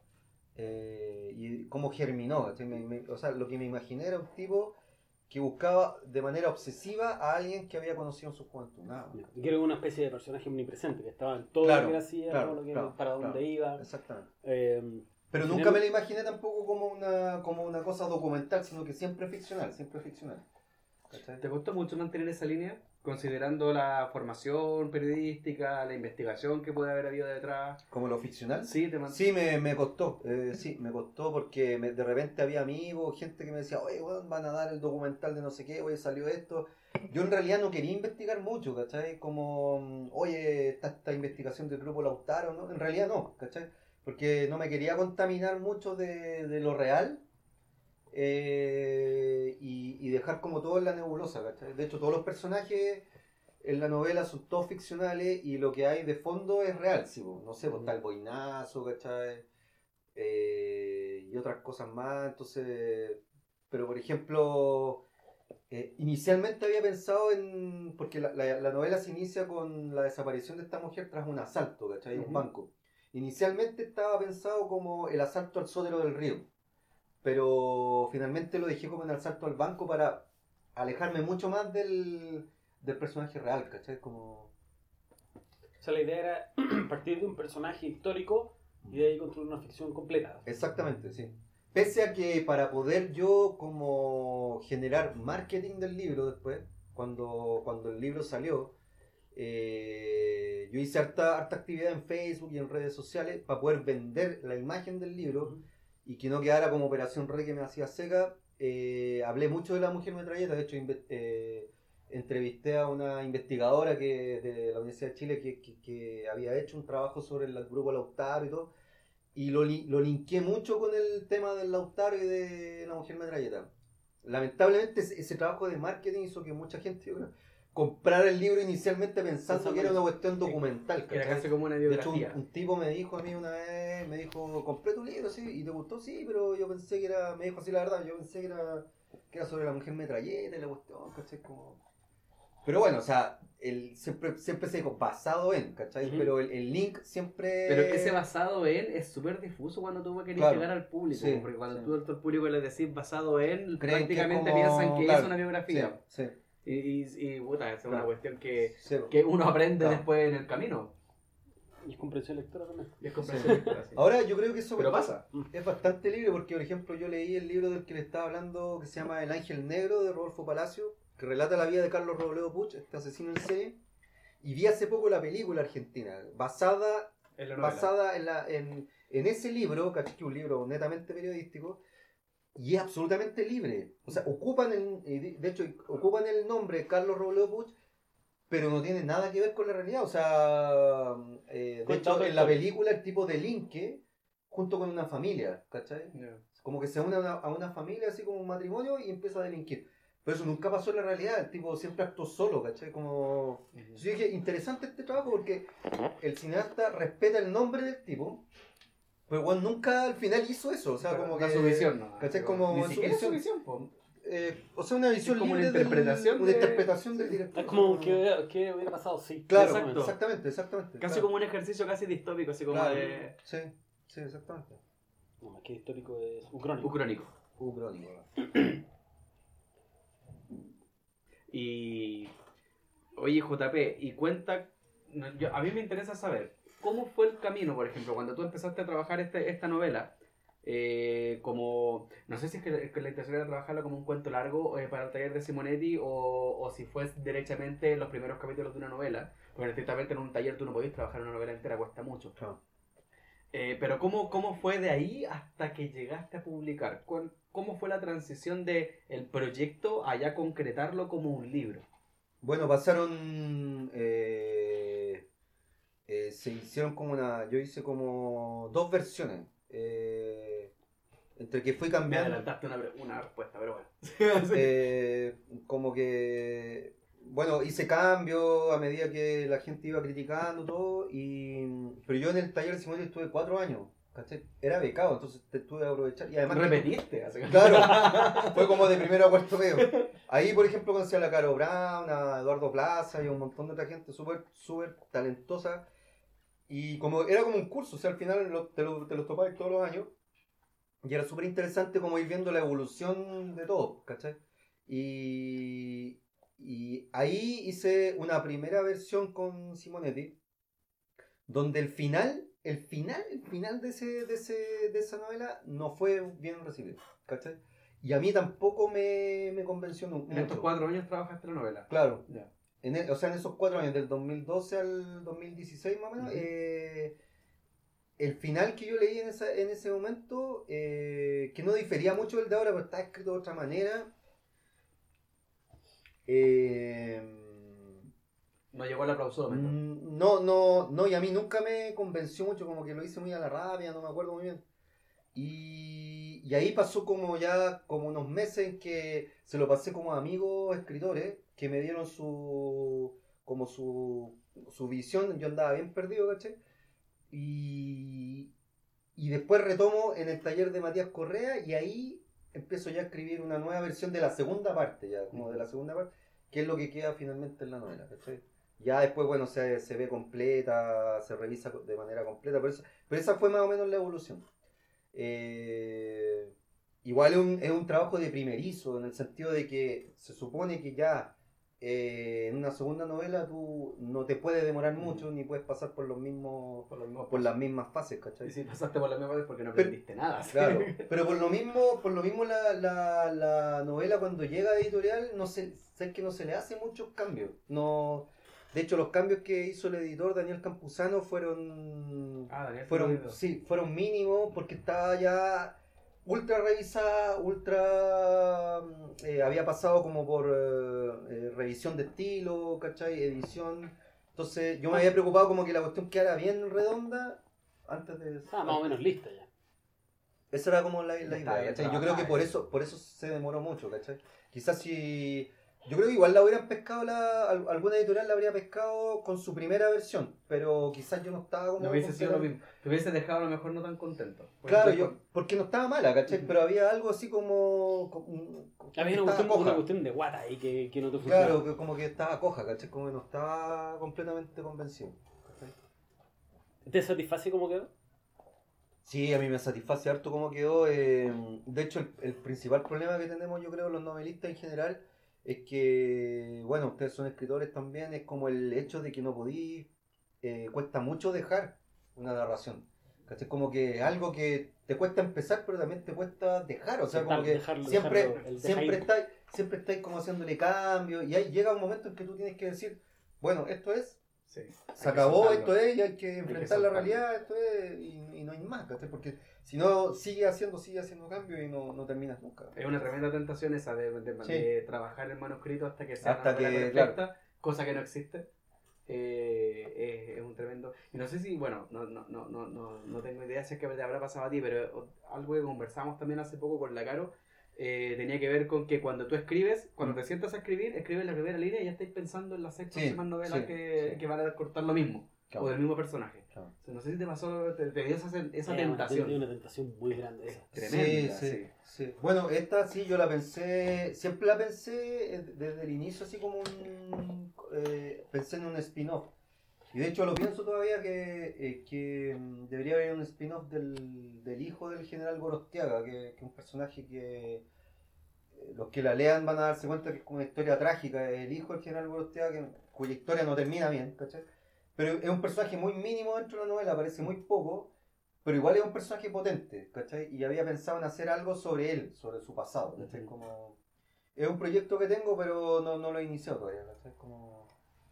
y cómo germinó, ¿cachai? O sea, lo que me imaginé era un tipo que buscaba de manera obsesiva a alguien que había conocido en su juventud. Nada más. Yo creo que era una especie de personaje omnipresente, que estaba en todo Claro, lo que hacía, claro, todo lo que, claro, para dónde claro. iba. Exactamente. Pero Pero nunca me la imaginé tampoco como una cosa documental, sino que siempre ficcional, ¿cachai? ¿Te costó mucho mantener esa línea? Considerando la formación periodística, la investigación que puede haber habido detrás. ¿Como lo ficcional? Sí, Sí, me costó. Me costó porque de repente había amigos, gente que me decía, oye, bueno, van a dar el documental de no sé qué, oye, salió esto. Yo en realidad no quería investigar mucho, ¿cachai? Como, oye, esta investigación del grupo Lautaro, ¿no? En realidad no, ¿cachai? Porque no me quería contaminar mucho de lo real. Y dejar como todo en la nebulosa, ¿cachai? De hecho, todos los personajes en la novela son todos ficcionales y lo que hay de fondo es real, ¿sí? No sé, pues está el boinazo, ¿cachai? Y otras cosas más, entonces... Pero, por ejemplo, inicialmente había pensado porque la novela se inicia con la desaparición de esta mujer tras un asalto, ¿cachai? Un banco. Inicialmente estaba pensado como el asalto al Sótero del Río, pero finalmente lo dejé como en el asalto al banco para alejarme mucho más del personaje real, ¿cachai? Como... O sea, la idea era partir de un personaje histórico y de ahí construir una ficción completa. Exactamente, sí. Pese a que para poder yo como generar marketing del libro después, cuando el libro salió, yo hice harta actividad en Facebook y en redes sociales para poder vender la imagen del libro y que no quedara como Operación Rey que me hacía seca. Hablé mucho de la mujer metralleta, de hecho entrevisté a una investigadora de la Universidad de Chile que había hecho un trabajo sobre el grupo Lautaro y todo, y lo linké mucho con el tema del Lautaro y de la mujer metralleta. Lamentablemente ese trabajo de marketing hizo que mucha gente comprara el libro inicialmente pensando que era una cuestión documental. Que era casi como una De hecho, biografía. un tipo me dijo a mí una vez, me dijo, compré tu libro, ¿sí? ¿Y te gustó? Sí, pero yo pensé que era, me dijo así la verdad, yo pensé que era sobre la mujer metralleta y la cuestión, ¿cachai? Como... Pero bueno, o sea, siempre se dijo basado en, ¿cachai? Pero el link siempre... Pero ese basado en es súper difuso cuando tú querés Claro, llegar al público. sí, porque cuando sí. tú al público le decís basado en, Creen que prácticamente como- piensan que claro, es una biografía. Sí, sí. Y puta, esa es una Claro. cuestión que Sí. uno aprende Claro. después en el camino. Y es comprensión lectora también. Y es comprensión lectora, sí. Ahora yo creo que eso Pero pasa. es bastante libre porque, por ejemplo, yo leí el libro del que le estaba hablando que se llama El Ángel Negro de Rodolfo Palacio, que relata la vida de Carlos Robledo Puch, este asesino en serie, y vi hace poco la película argentina, basada En la novela. basada en ese libro, ¿cachai? Que es un libro netamente periodístico, y es absolutamente libre. O sea, de hecho, ocupan el nombre Carlos Robledo Puch, pero no tiene nada que ver con la realidad. O sea, de Cuenta hecho, otra en la historia. película el tipo delinque junto con una familia, ¿cachai? Yeah. Como que se une a una familia, así como un matrimonio, y empieza a delinquir. Pero eso nunca pasó en la realidad, el tipo siempre actuó solo, ¿cachai? Como... Yo dije, interesante este trabajo porque el cineasta respeta el nombre del tipo, pero bueno, nunca al final hizo eso, o sea, Pero como da que... su visión, ¿no? ¿Cachai? Pero Como ni en su siquiera es su visión. visión, po. O sea, una visión Es como una libre interpretación una de- interpretación del sí. director. Es como que hubiera pasado, sí. Claro, Exacto. exactamente. Casi claro. como un ejercicio casi distópico, así como Claro. de... Sí, exactamente. No, más que histórico es ucrónico. Ucrónico. Crónico. Y... Oye, JP, y cuenta... a mí me interesa saber, ¿cómo fue el camino, por ejemplo, cuando tú empezaste a trabajar esta novela? Como... No sé si es que la intención era trabajarla como un cuento largo para el taller de Simonetti o si fue derechamente los primeros capítulos de una novela. Porque estrictamente en un taller tú no podías trabajar una novela entera, cuesta mucho. Claro. Pero ¿cómo fue de ahí hasta que llegaste a publicar? ¿Cómo fue la transición de el proyecto a ya concretarlo como un libro? Bueno, pasaron... se hicieron como una... Yo hice como 2 versiones. Entre que fui Me cambiando... adelantaste una respuesta, pero bueno. Como que... Bueno, hice cambios a medida que la gente iba criticando todo. Pero yo en el taller de Simonetti estuve 4 años. ¿Cachai? Era becado, entonces te tuve que aprovechar. Y además... ¿Repetiste? Así que- Claro, fue como de primero a cuarto medio. Ahí, por ejemplo, conocí a la Caro Brown, a Eduardo Plaza y a un montón de otra gente súper talentosa. Y como era como un curso, o sea, al final te los topabas todos los años. Y era súper interesante como ir viendo la evolución de todo, ¿cachai? Y ahí hice una primera versión con Simonetti, donde el final de esa novela no fue bien recibido, ¿cachai? Y a mí tampoco me convenció mucho. En estos 4 años trabajaste la novela. Claro. Ya. O sea, en esos 4 años, del 2012 al 2016 más o menos, el final que yo leí en ese momento, que no difería mucho del de ahora, pero está escrito de otra manera, No llegó al aplausómetro. no, y a mí nunca me convenció mucho, como que lo hice muy a la rabia, no me acuerdo muy bien. Y ahí pasó como unos meses en que se lo pasé como a amigos escritores que me dieron su visión. Yo andaba bien perdido, ¿cachai? Y después retomo en el taller de Matías Correa y ahí empiezo ya a escribir una nueva versión de la segunda parte, que es lo que queda finalmente en la novela, ¿cachai? Ya después, bueno, se ve completa, se revisa de manera completa, pero esa fue más o menos la evolución. Igual es un trabajo de primerizo, en el sentido de que se supone que ya en una segunda novela tú no te puedes demorar mucho, ni puedes pasar por las mismas fases, ¿cachai? Y si pasaste por la misma vez porque no Pero- aprendiste nada. Claro, pero por lo mismo la novela cuando llega a editorial, sé que no se le hace muchos cambios. No, de hecho, los cambios que hizo el editor Daniel Campuzano fueron Daniel fueron mínimos porque estaba ya ultra revisada, había pasado como por revisión de estilo, ¿cachai? Edición. Entonces yo me había preocupado como que la cuestión quedara bien redonda antes de... Ah, más o menos lista ya. Esa era como la Está idea, bien ¿cachai? Yo creo que trabajada, por eso se demoró mucho, ¿cachai? Quizás si... Yo creo que igual la hubieran pescado, alguna editorial la habría pescado con su primera versión, pero quizás yo no estaba como... No hubiese sido lo mismo. Te hubiese dejado a lo mejor no tan contento. Claro, porque no estaba mala, ¿cachai? Pero había algo así como... Había estaba una coja. cuestión de guata ahí que no te funcionaba. Claro, que como que estaba coja, ¿cachai? Como que no estaba completamente convencido. ¿cachai? ¿Te satisface cómo quedó? Sí, a mí me satisface harto cómo quedó. De hecho, el principal problema que tenemos, yo creo, los novelistas en general, es que, bueno, ustedes son escritores también, es como el hecho de que no podí, cuesta mucho dejar una narración. ¿Cachai? Como que algo que te cuesta empezar, pero también te cuesta dejar. O sea, como que siempre estáis como haciéndole cambios, y ahí llega un momento en que tú tienes que decir, bueno, esto es. Sí. Se acabó, esto es, y hay que enfrentar la realidad, esto es, y no hay más, ¿cachai? Porque si no, sigue haciendo cambios y no terminas nunca. Es una tremenda tentación esa de trabajar el manuscrito hasta que sea Hasta una novela que, perfecta, cosa que no existe. Es un tremendo... Y no sé si, bueno, no tengo idea si es que te habrá pasado a ti, pero algo que conversamos también hace poco con la Caro, tenía que ver con que cuando tú escribes, cuando te sientas a escribir, escribes la primera línea y ya estáis pensando en las 6 próximas novelas que van a cortar lo mismo, o del mismo personaje. Claro. O sea, no sé si te pasó, te dio esa Es tentación. una tentación muy grande esa. Tremenda, sí. Bueno, esta sí yo la pensé, siempre la pensé desde el inicio así como pensé en un spin-off. Y de hecho lo pienso todavía que debería haber un spin-off del hijo del general Gorostiaga, que es un personaje que los que la lean van a darse cuenta que es como una historia trágica. El hijo del general Gorostiaga, cuya historia no termina bien, ¿cachai? Pero es un personaje muy mínimo dentro de la novela, aparece muy poco, pero igual es un personaje potente, ¿cachai? Y había pensado en hacer algo sobre él, sobre su pasado, ¿cachai? Como... Es un proyecto que tengo, pero no lo he iniciado todavía, ¿cachai? Como...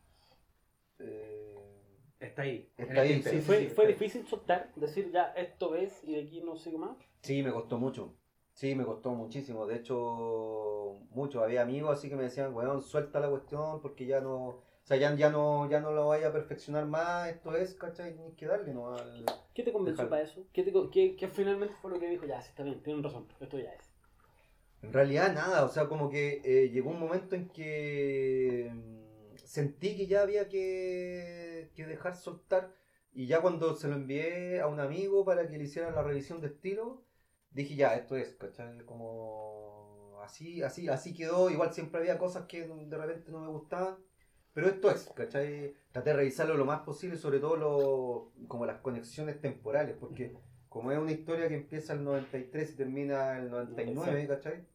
Está ahí. Está ahí, Sí, fue difícil soltar, decir ya esto es y de aquí no sigo más. Sí, me costó mucho. Sí, me costó muchísimo. De hecho, mucho. Había amigos así que me decían, weón, suelta la cuestión porque ya no... O sea, ya no lo vaya a perfeccionar más, esto es, ¿cachai? Tienes que darle, ¿no? ¿Qué te convenció para eso? ¿Qué finalmente fue lo que dijo? Ya, sí, está bien, tienen razón, esto ya es. En realidad nada, o sea, como que llegó un momento en que sentí que ya había que dejar soltar, y ya cuando se lo envié a un amigo para que le hiciera la revisión de estilo, dije ya, esto es, ¿cachai? Como así quedó. Igual siempre había cosas que de repente no me gustaban, pero esto es, ¿cachai? Traté de revisarlo lo más posible, sobre todo como las conexiones temporales, porque como es una historia que empieza el 93 y termina el 99, ¿cachai?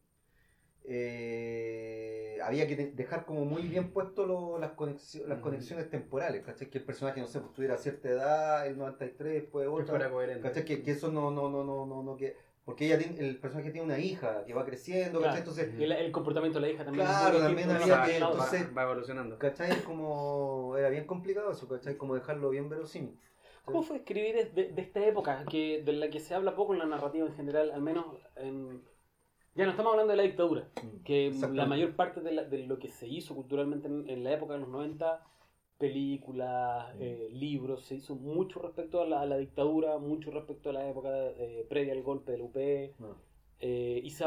Había que dejar como muy bien puesto las conexiones temporales, ¿cachai? Que el personaje, no sé, pues tuviera cierta edad, el 93, después Que otra, fuera coherente. ¿cachai? Que eso no, que... Porque el personaje tiene una hija que va creciendo, Claro. ¿cachai? Entonces, Y el comportamiento de la hija también. Claro, es muy también distinto, había ¿no? que- Claro, entonces- va evolucionando. ¿cachai? Es como... Era bien complicado eso, ¿cachai? Como dejarlo bien verosímil. ¿Cómo fue escribir de esta época de la que se habla poco en la narrativa en general, al menos ya no estamos hablando de la dictadura, que Exactamente. la mayor parte de lo que se hizo culturalmente en la época de los 90, películas, libros, se hizo mucho respecto a la dictadura, mucho respecto a la época previa al golpe del UP, No. y se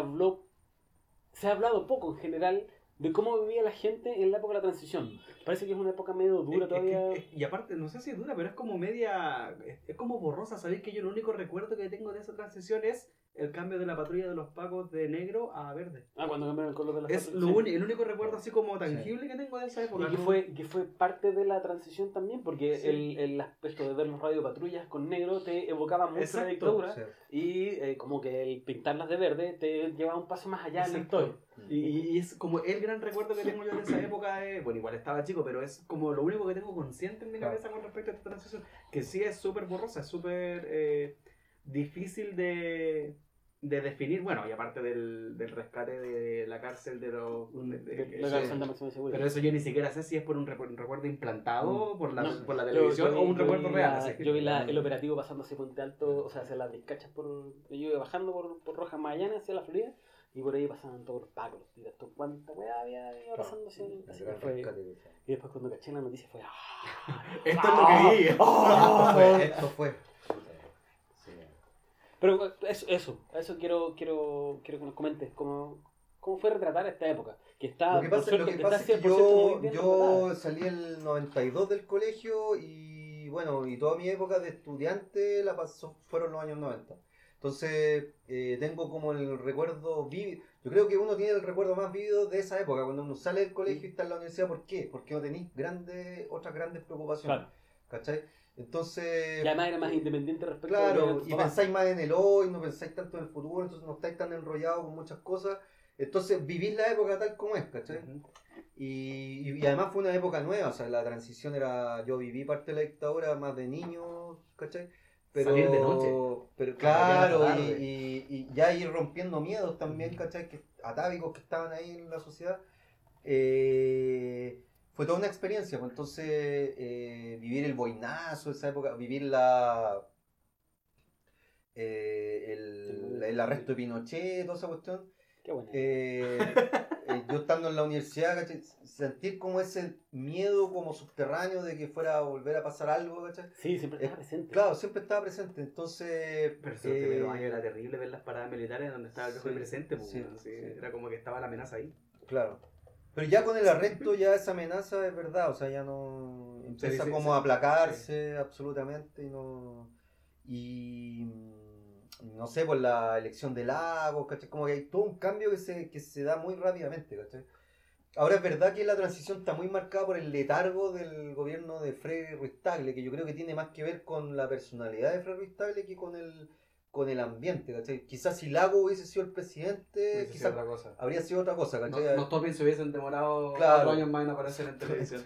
ha hablado poco en general de cómo vivía la gente en la época de la transición. Parece que es una época medio dura todavía. Y aparte, no sé si es dura, pero es como media. Es como borrosa. Sabéis que yo el único recuerdo que tengo de esa transición es el cambio de la patrulla de los pacos de negro a verde. Cuando cambiaron el color de las Es patrullas, sí. el único recuerdo así como tangible que tengo de esa época. Y que ¿no? fue parte de la transición también, porque Sí. el aspecto de ver los radiopatrullas con negro te evocaba mucho Exacto. la dictadura, Sí. y como que el pintarlas de verde te llevaba un paso más allá en la Exacto. historia. Y es como el gran recuerdo que tengo yo de esa época. Bueno, igual estaba chico, pero es como lo único que tengo consciente en mi Claro. cabeza con respecto a esta transición. Que sí es súper borrosa, es súper difícil de definir. Bueno, y aparte del rescate de la cárcel de los. La cárcel de máxima seguridad. Pero eso yo ni siquiera sé si es por un recuerdo implantado por la No. televisión Yo o un vi recuerdo real. Así. Yo vi el operativo pasando hacia Puente Alto, o sea, hacia las Vizcachas, yo iba bajando por Rojas Magallanes hacia la Florida, y por ahí pasaban todos los pacos, los directos. ¿Cuánta weá había pasando hacia el El gran rescate. Y después cuando caché la noticia fue... Esto es lo que vi. Esto fue. Sí. Pero eso quiero que nos comentes, cómo fue retratar esta época, que está, Lo que pasa es que 100% muy bien retratada. yo salí el 92 del colegio y bueno, y toda mi época de estudiante fueron los años 90. Entonces tengo como el recuerdo vívido. Yo creo que uno tiene el recuerdo más vívido de esa época, cuando uno sale del colegio y está en la universidad. ¿Por qué? Porque no tenéis otras grandes preocupaciones. Claro. ¿Cachai? Entonces... Y además era más independiente respecto Claro, tus y papás. pensáis más en el hoy, no pensáis tanto en el futuro, entonces no estáis tan enrollados con muchas cosas. Entonces vivís la época tal como es, ¿cachai? Y además fue una época nueva, o sea, la transición era... Yo viví parte de la dictadura más de niño, ¿cachai? Pero, Salir de noche. Pero Claro, claro, y ya ir rompiendo miedos también, ¿cachai? Atávicos que estaban ahí en la sociedad. Fue toda una experiencia, pues entonces vivir el boinazo, esa época, vivir el arresto de Pinochet, toda esa cuestión. Qué buena. yo estando en la universidad, ¿cachai? Sentir como ese miedo como subterráneo de que fuera a volver a pasar algo, ¿cachai? Sí, siempre estaba presente. Claro, siempre estaba presente, entonces... Pero esos primeros años era terrible ver las paradas militares donde estaba el viejo Sí, presente, pues, sí, bueno, sí, sí. era como que estaba la amenaza ahí. Claro. Pero ya con el arresto ya esa amenaza es verdad, o sea, ya no... Empieza como a aplacarse absolutamente y no... Y... No sé, por la elección de Lagos, ¿cachai? Como que hay todo un cambio que se da muy rápidamente, ¿cachai? Ahora es verdad que la transición está muy marcada por el letargo del gobierno de Frei Ruiz-Tagle, que yo creo que tiene más que ver con la personalidad de Frei Ruiz-Tagle que con el ambiente, ¿cachai? Quizás si Lago hubiese sido el presidente, quizás otra cosa. habría sido otra cosa, No, ¿cachai? los Topin se hubiesen demorado Claro. 4 años más en aparecer en televisión.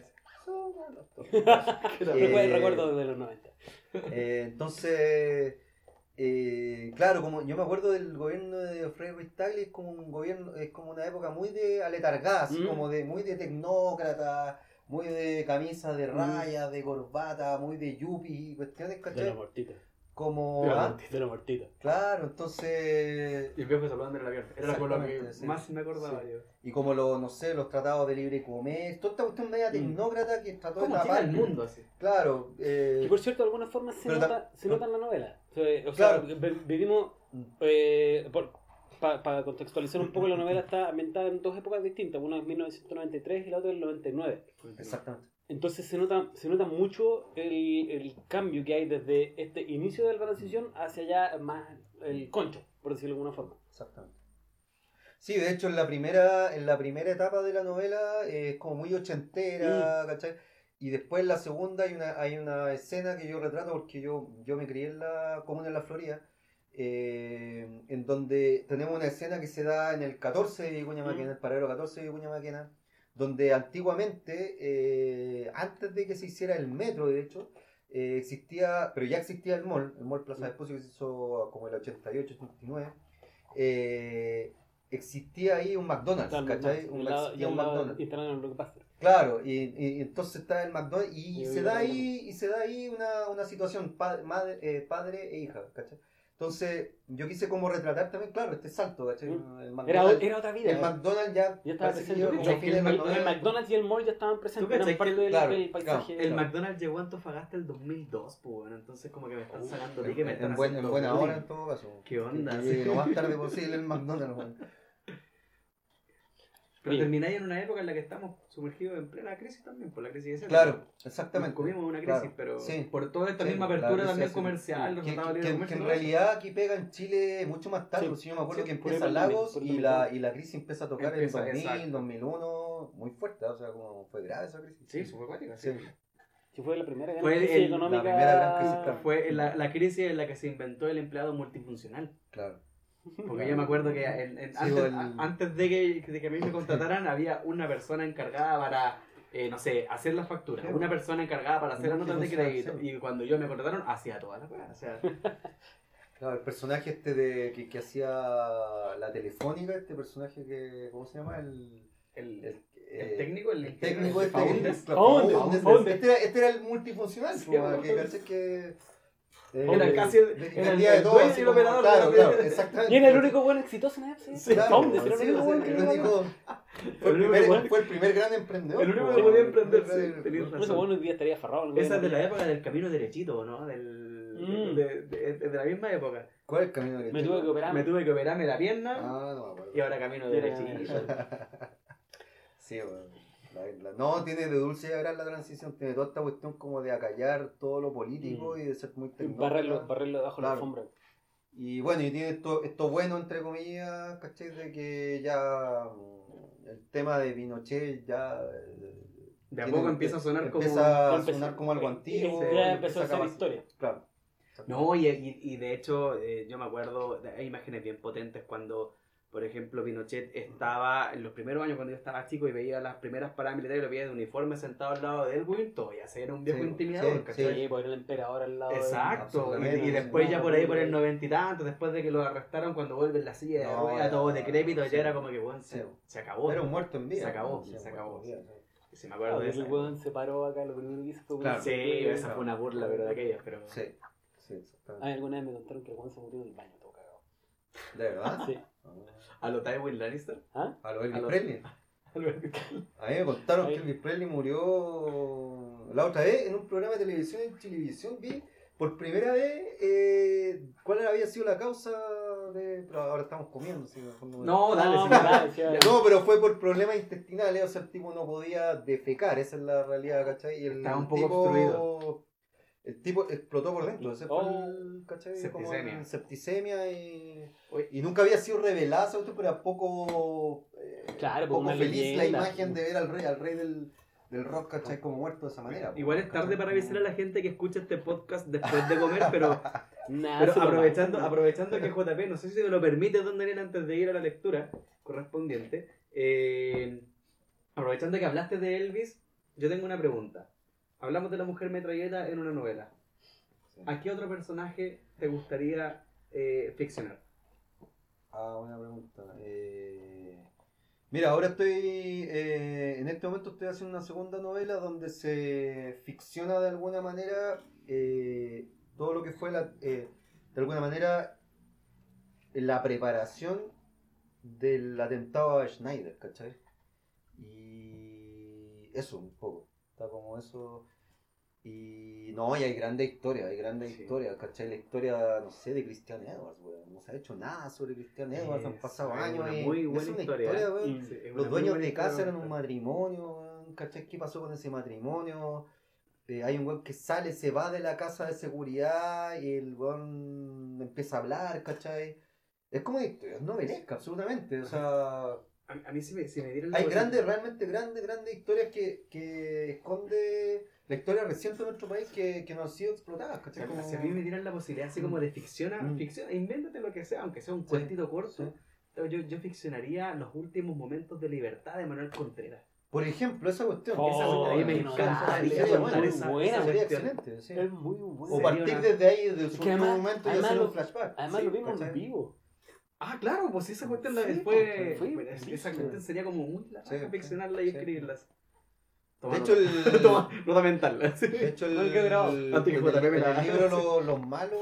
Qué buen recuerdo de los 90. Entonces, claro, como yo me acuerdo del gobierno de Frei Ruiz-Tagle, es como un gobierno, es como una época muy de aletargada, así como de muy de tecnócrata, muy de camisa de rayas, de corbata, muy de yuppie, cuestiones, De ¿cachai? la muertita. Como, De la muertita. claro, entonces, Y el viejo saludando en el avión. Era con lo que Exactamente, sí. más me acordaba Sí. yo. y como no sé, los tratados de libre comercio, toda esta cuestión media tecnócrata que trató de ¿Cómo llega tapar. el mundo así? Claro, Que por cierto, de alguna forma se pero nota en la novela. O sea, Claro. vivimos. Para contextualizar un poco, la novela está ambientada en dos épocas distintas. Una es 1993 y la otra es el 99. exactamente. Entonces se nota mucho el cambio que hay desde este inicio de la transición hacia allá más el concho, por decirlo de alguna forma. Exactamente. Sí, de hecho en la primera etapa de la novela es como muy ochentera, ¿cachai? Y después en la segunda hay una escena que yo retrato porque yo me crié en la comuna de La Florida, en donde tenemos una escena que se da en el 14 de Vicuña Maquena, el paradero 14 de Vicuña Maquena, donde antiguamente, antes de que se hiciera el metro, de hecho, existía, pero ya existía el mall Plaza Vespucio, que se hizo como el 88, 89, existía ahí un McDonald's, ¿cachai? Existía un McDonald's. Instalaron en Blockbuster. Claro, y entonces está el McDonald's y Yo se vi da la ahí una situación padre e hija, ¿cachai? Entonces yo quise como retratar también, claro, este salto, ¿cachai? El McDonald's, Era otra vida. el McDonald's ya estaba parece que presente. iba como a El fines de los El 90. McDonald's y el mall ya estaban presentes. ¿Tú cachai Eran parte que- del, claro, del paisaje. El McDonald's llegó a Antofagasta el 2002, pues bueno, entonces como que me están sacando de que me están En haciendo buena bullying. hora en todo caso. ¿Qué onda? Que llegue lo más tarde posible el McDonald's, weón. Pero Oye. termináis en una época en la que estamos sumergidos en plena crisis también, por la crisis de ese Claro, Nos exactamente. comimos una crisis, Claro, pero sí. por toda esta Sí, misma la apertura crisis también así, comercial, los que tratados de libre comercio. en todo eso. realidad aquí pega en Chile mucho más tarde. Sí. Pues, yo me acuerdo Sí, que por empieza ahí Lagos por el y 2001. la crisis empieza a tocar Empieza, en 2000, exacto. 2001, muy fuerte, o sea, como fue grave esa crisis. Sí, fue acuática. Sí. Sí, fue la primera gran Fue crisis el- económica. la primera gran crisis, claro. Fue la crisis en la que se inventó el empleado multifuncional. Claro. Porque yo me acuerdo que antes de que a mí me contrataran había una persona encargada para, no sé, hacer las facturas, Sí. una persona encargada para hacer las notas de crédito, Sí. y cuando yo me contrataron hacía todas las cosas. O sea, Claro, el personaje este que hacía la telefónica, este personaje que, ¿cómo se llama? el técnico, el técnico este. Faúndez. Faúndez. Este era el multifuncional, Sí, pues, que caché que... Era casi el dependía de todo, dueño así y el como- operador. Claro, de la- claro, exactamente. Y era el único bueno exitoso en esa. Sí, claro, Faúndez era el sí, único bueno que el iba a único- fue el primer gran emprendedor. El único pues, que podía el emprender, primer sí, gran- tenía ganar. Ese bueno hoy día estaría aferrado. en el Esa es de gobierno. la época del camino derechito, ¿no? De la misma época. ¿Cuál es el camino derecho? Me tuve que operar. Me tuve que operarme la pierna Ah, no me acuerdo. y ahora camino Era- derechito. Sí, bueno. No, tiene de dulce y agradable la transición, tiene toda esta cuestión como de acallar todo lo político y de ser muy tecnócrata. Barrerlo debajo de la Claro. alfombra. Y bueno, y tiene esto bueno, entre comillas, ¿cachai? De que ya el tema de Pinochet ya... De a poco empieza a sonar como... Empieza a Empezó- sonar como algo antiguo. Ya y empezó empieza a ser acabar. historia. Claro. No, y de hecho, yo me acuerdo, hay imágenes bien potentes cuando, por ejemplo, Pinochet estaba en los primeros años cuando yo estaba chico y veía las primeras paradas militares y lo veía de uniforme sentado al lado de Elwin, todavía se era un viejo Sí, intimidador, sí, ¿cachai? Sí, por el emperador al lado. Exacto, Absolutamente. y después ya por ahí por el Sí. 90 y tanto, después de que lo arrestaron cuando vuelve en la silla de No, ruedas, ya, todo decrépito, sí. ya era como que bueno, Sí. se acabó. Era un muerto en vida. Se acabó, Sí, se un acabó. muerto en vida, sí. Si me acuerdo de El eso. weón se paró acá, lo primero que hizo fue Claro. Sí, esa fue una burla, pero de aquellas, pero... Sí, sí, exactamente. Ay, alguna vez me contaron que el weón se murió en el baño, todo cagado. ¿De verdad? Sí. Ah. ¿A lo Tywin Lannister? ¿Ah? A lo Elvis A lo- Presley. ¿A lo A mí me contaron Ahí. que Elvis Presley murió la otra vez en un programa de televisión. En Chilevisión vi por primera vez cuál había sido la causa de... Pero ahora estamos comiendo. ¿Sí? No, dale, No, sí, dale, sí, dale. No, pero fue por problemas intestinales, o sea, el tipo no podía defecar, esa es la realidad, ¿cachai? Y el Estaba un poco tipo, obstruido. El tipo explotó por dentro, ese fue Oh. el, ¿cachai? Septicemia. Como el septicemia Oye, y nunca había sido revelada, ¿sabes? Pero era poco, Claro, poco una feliz la leyenda. imagen de ver al rey del rock, ¿cachai? Como muerto de esa manera. igual es tarde para avisar a la gente que escucha este podcast después de comer, pero Nada, Pero se lo aprovechando que JP, no sé si me lo permite Don Daniel antes de ir a la lectura correspondiente, aprovechando que hablaste de Elvis, yo tengo una pregunta. Hablamos de la mujer metralleta en una novela. ¿A qué otro personaje te gustaría ficcionar? Ah, buena pregunta. Mira, ahora estoy, en este momento estoy haciendo una segunda novela donde se ficciona de alguna manera todo lo que fue de alguna manera la preparación del atentado a Schneider, ¿cachai? Y eso un poco, está como eso. Y no, y hay grandes historias, ¿cachai? La historia, no sé, de Christian Edwards, weón. No se ha hecho nada sobre Christian Edwards, han pasado años una y muy es buena una historia, historia, weón. Mm. Sí, es una Los muy dueños buena de casa historia eran un contar. matrimonio, weón, ¿cachai? ¿Qué pasó con ese matrimonio? Hay un weón que sale, se va de la casa de seguridad y el weón empieza a hablar, ¿cachai? Es como una historia, es novelesca, absolutamente, o sea... A mí si me dieran la Hay posibilidad- realmente grandes historias que esconde la historia reciente de nuestro país que no han sido explotadas, ¿cachai? Como- Si a mí me dieran la posibilidad así como de ficciona, invéntate lo que sea, aunque sea un Sí, cuentito corto, sí. yo ficcionaría los últimos momentos de libertad de Manuel Contreras. Por ejemplo, esa cuestión. Oh, esa a mí me cuestión, encanta esa contar buena, esa- buena, esa sería cuestión. excelente, sí. Es muy bueno. O Sería partir una- desde ahí, desde Es su que último además- momento y además hacer lo- un flashback. Además Sí, lo vimos ¿cachai? en vivo. Ah, claro, pues esa cuestión la- Sí, fue, fue bueno, esa brígido. cuestión sería como muy larga Sí, ficcionarla y sí. escribirlas. De hecho, Toma, nota mental. de hecho, No, qué bravo. en Antes que JP me el la- libro Los Malos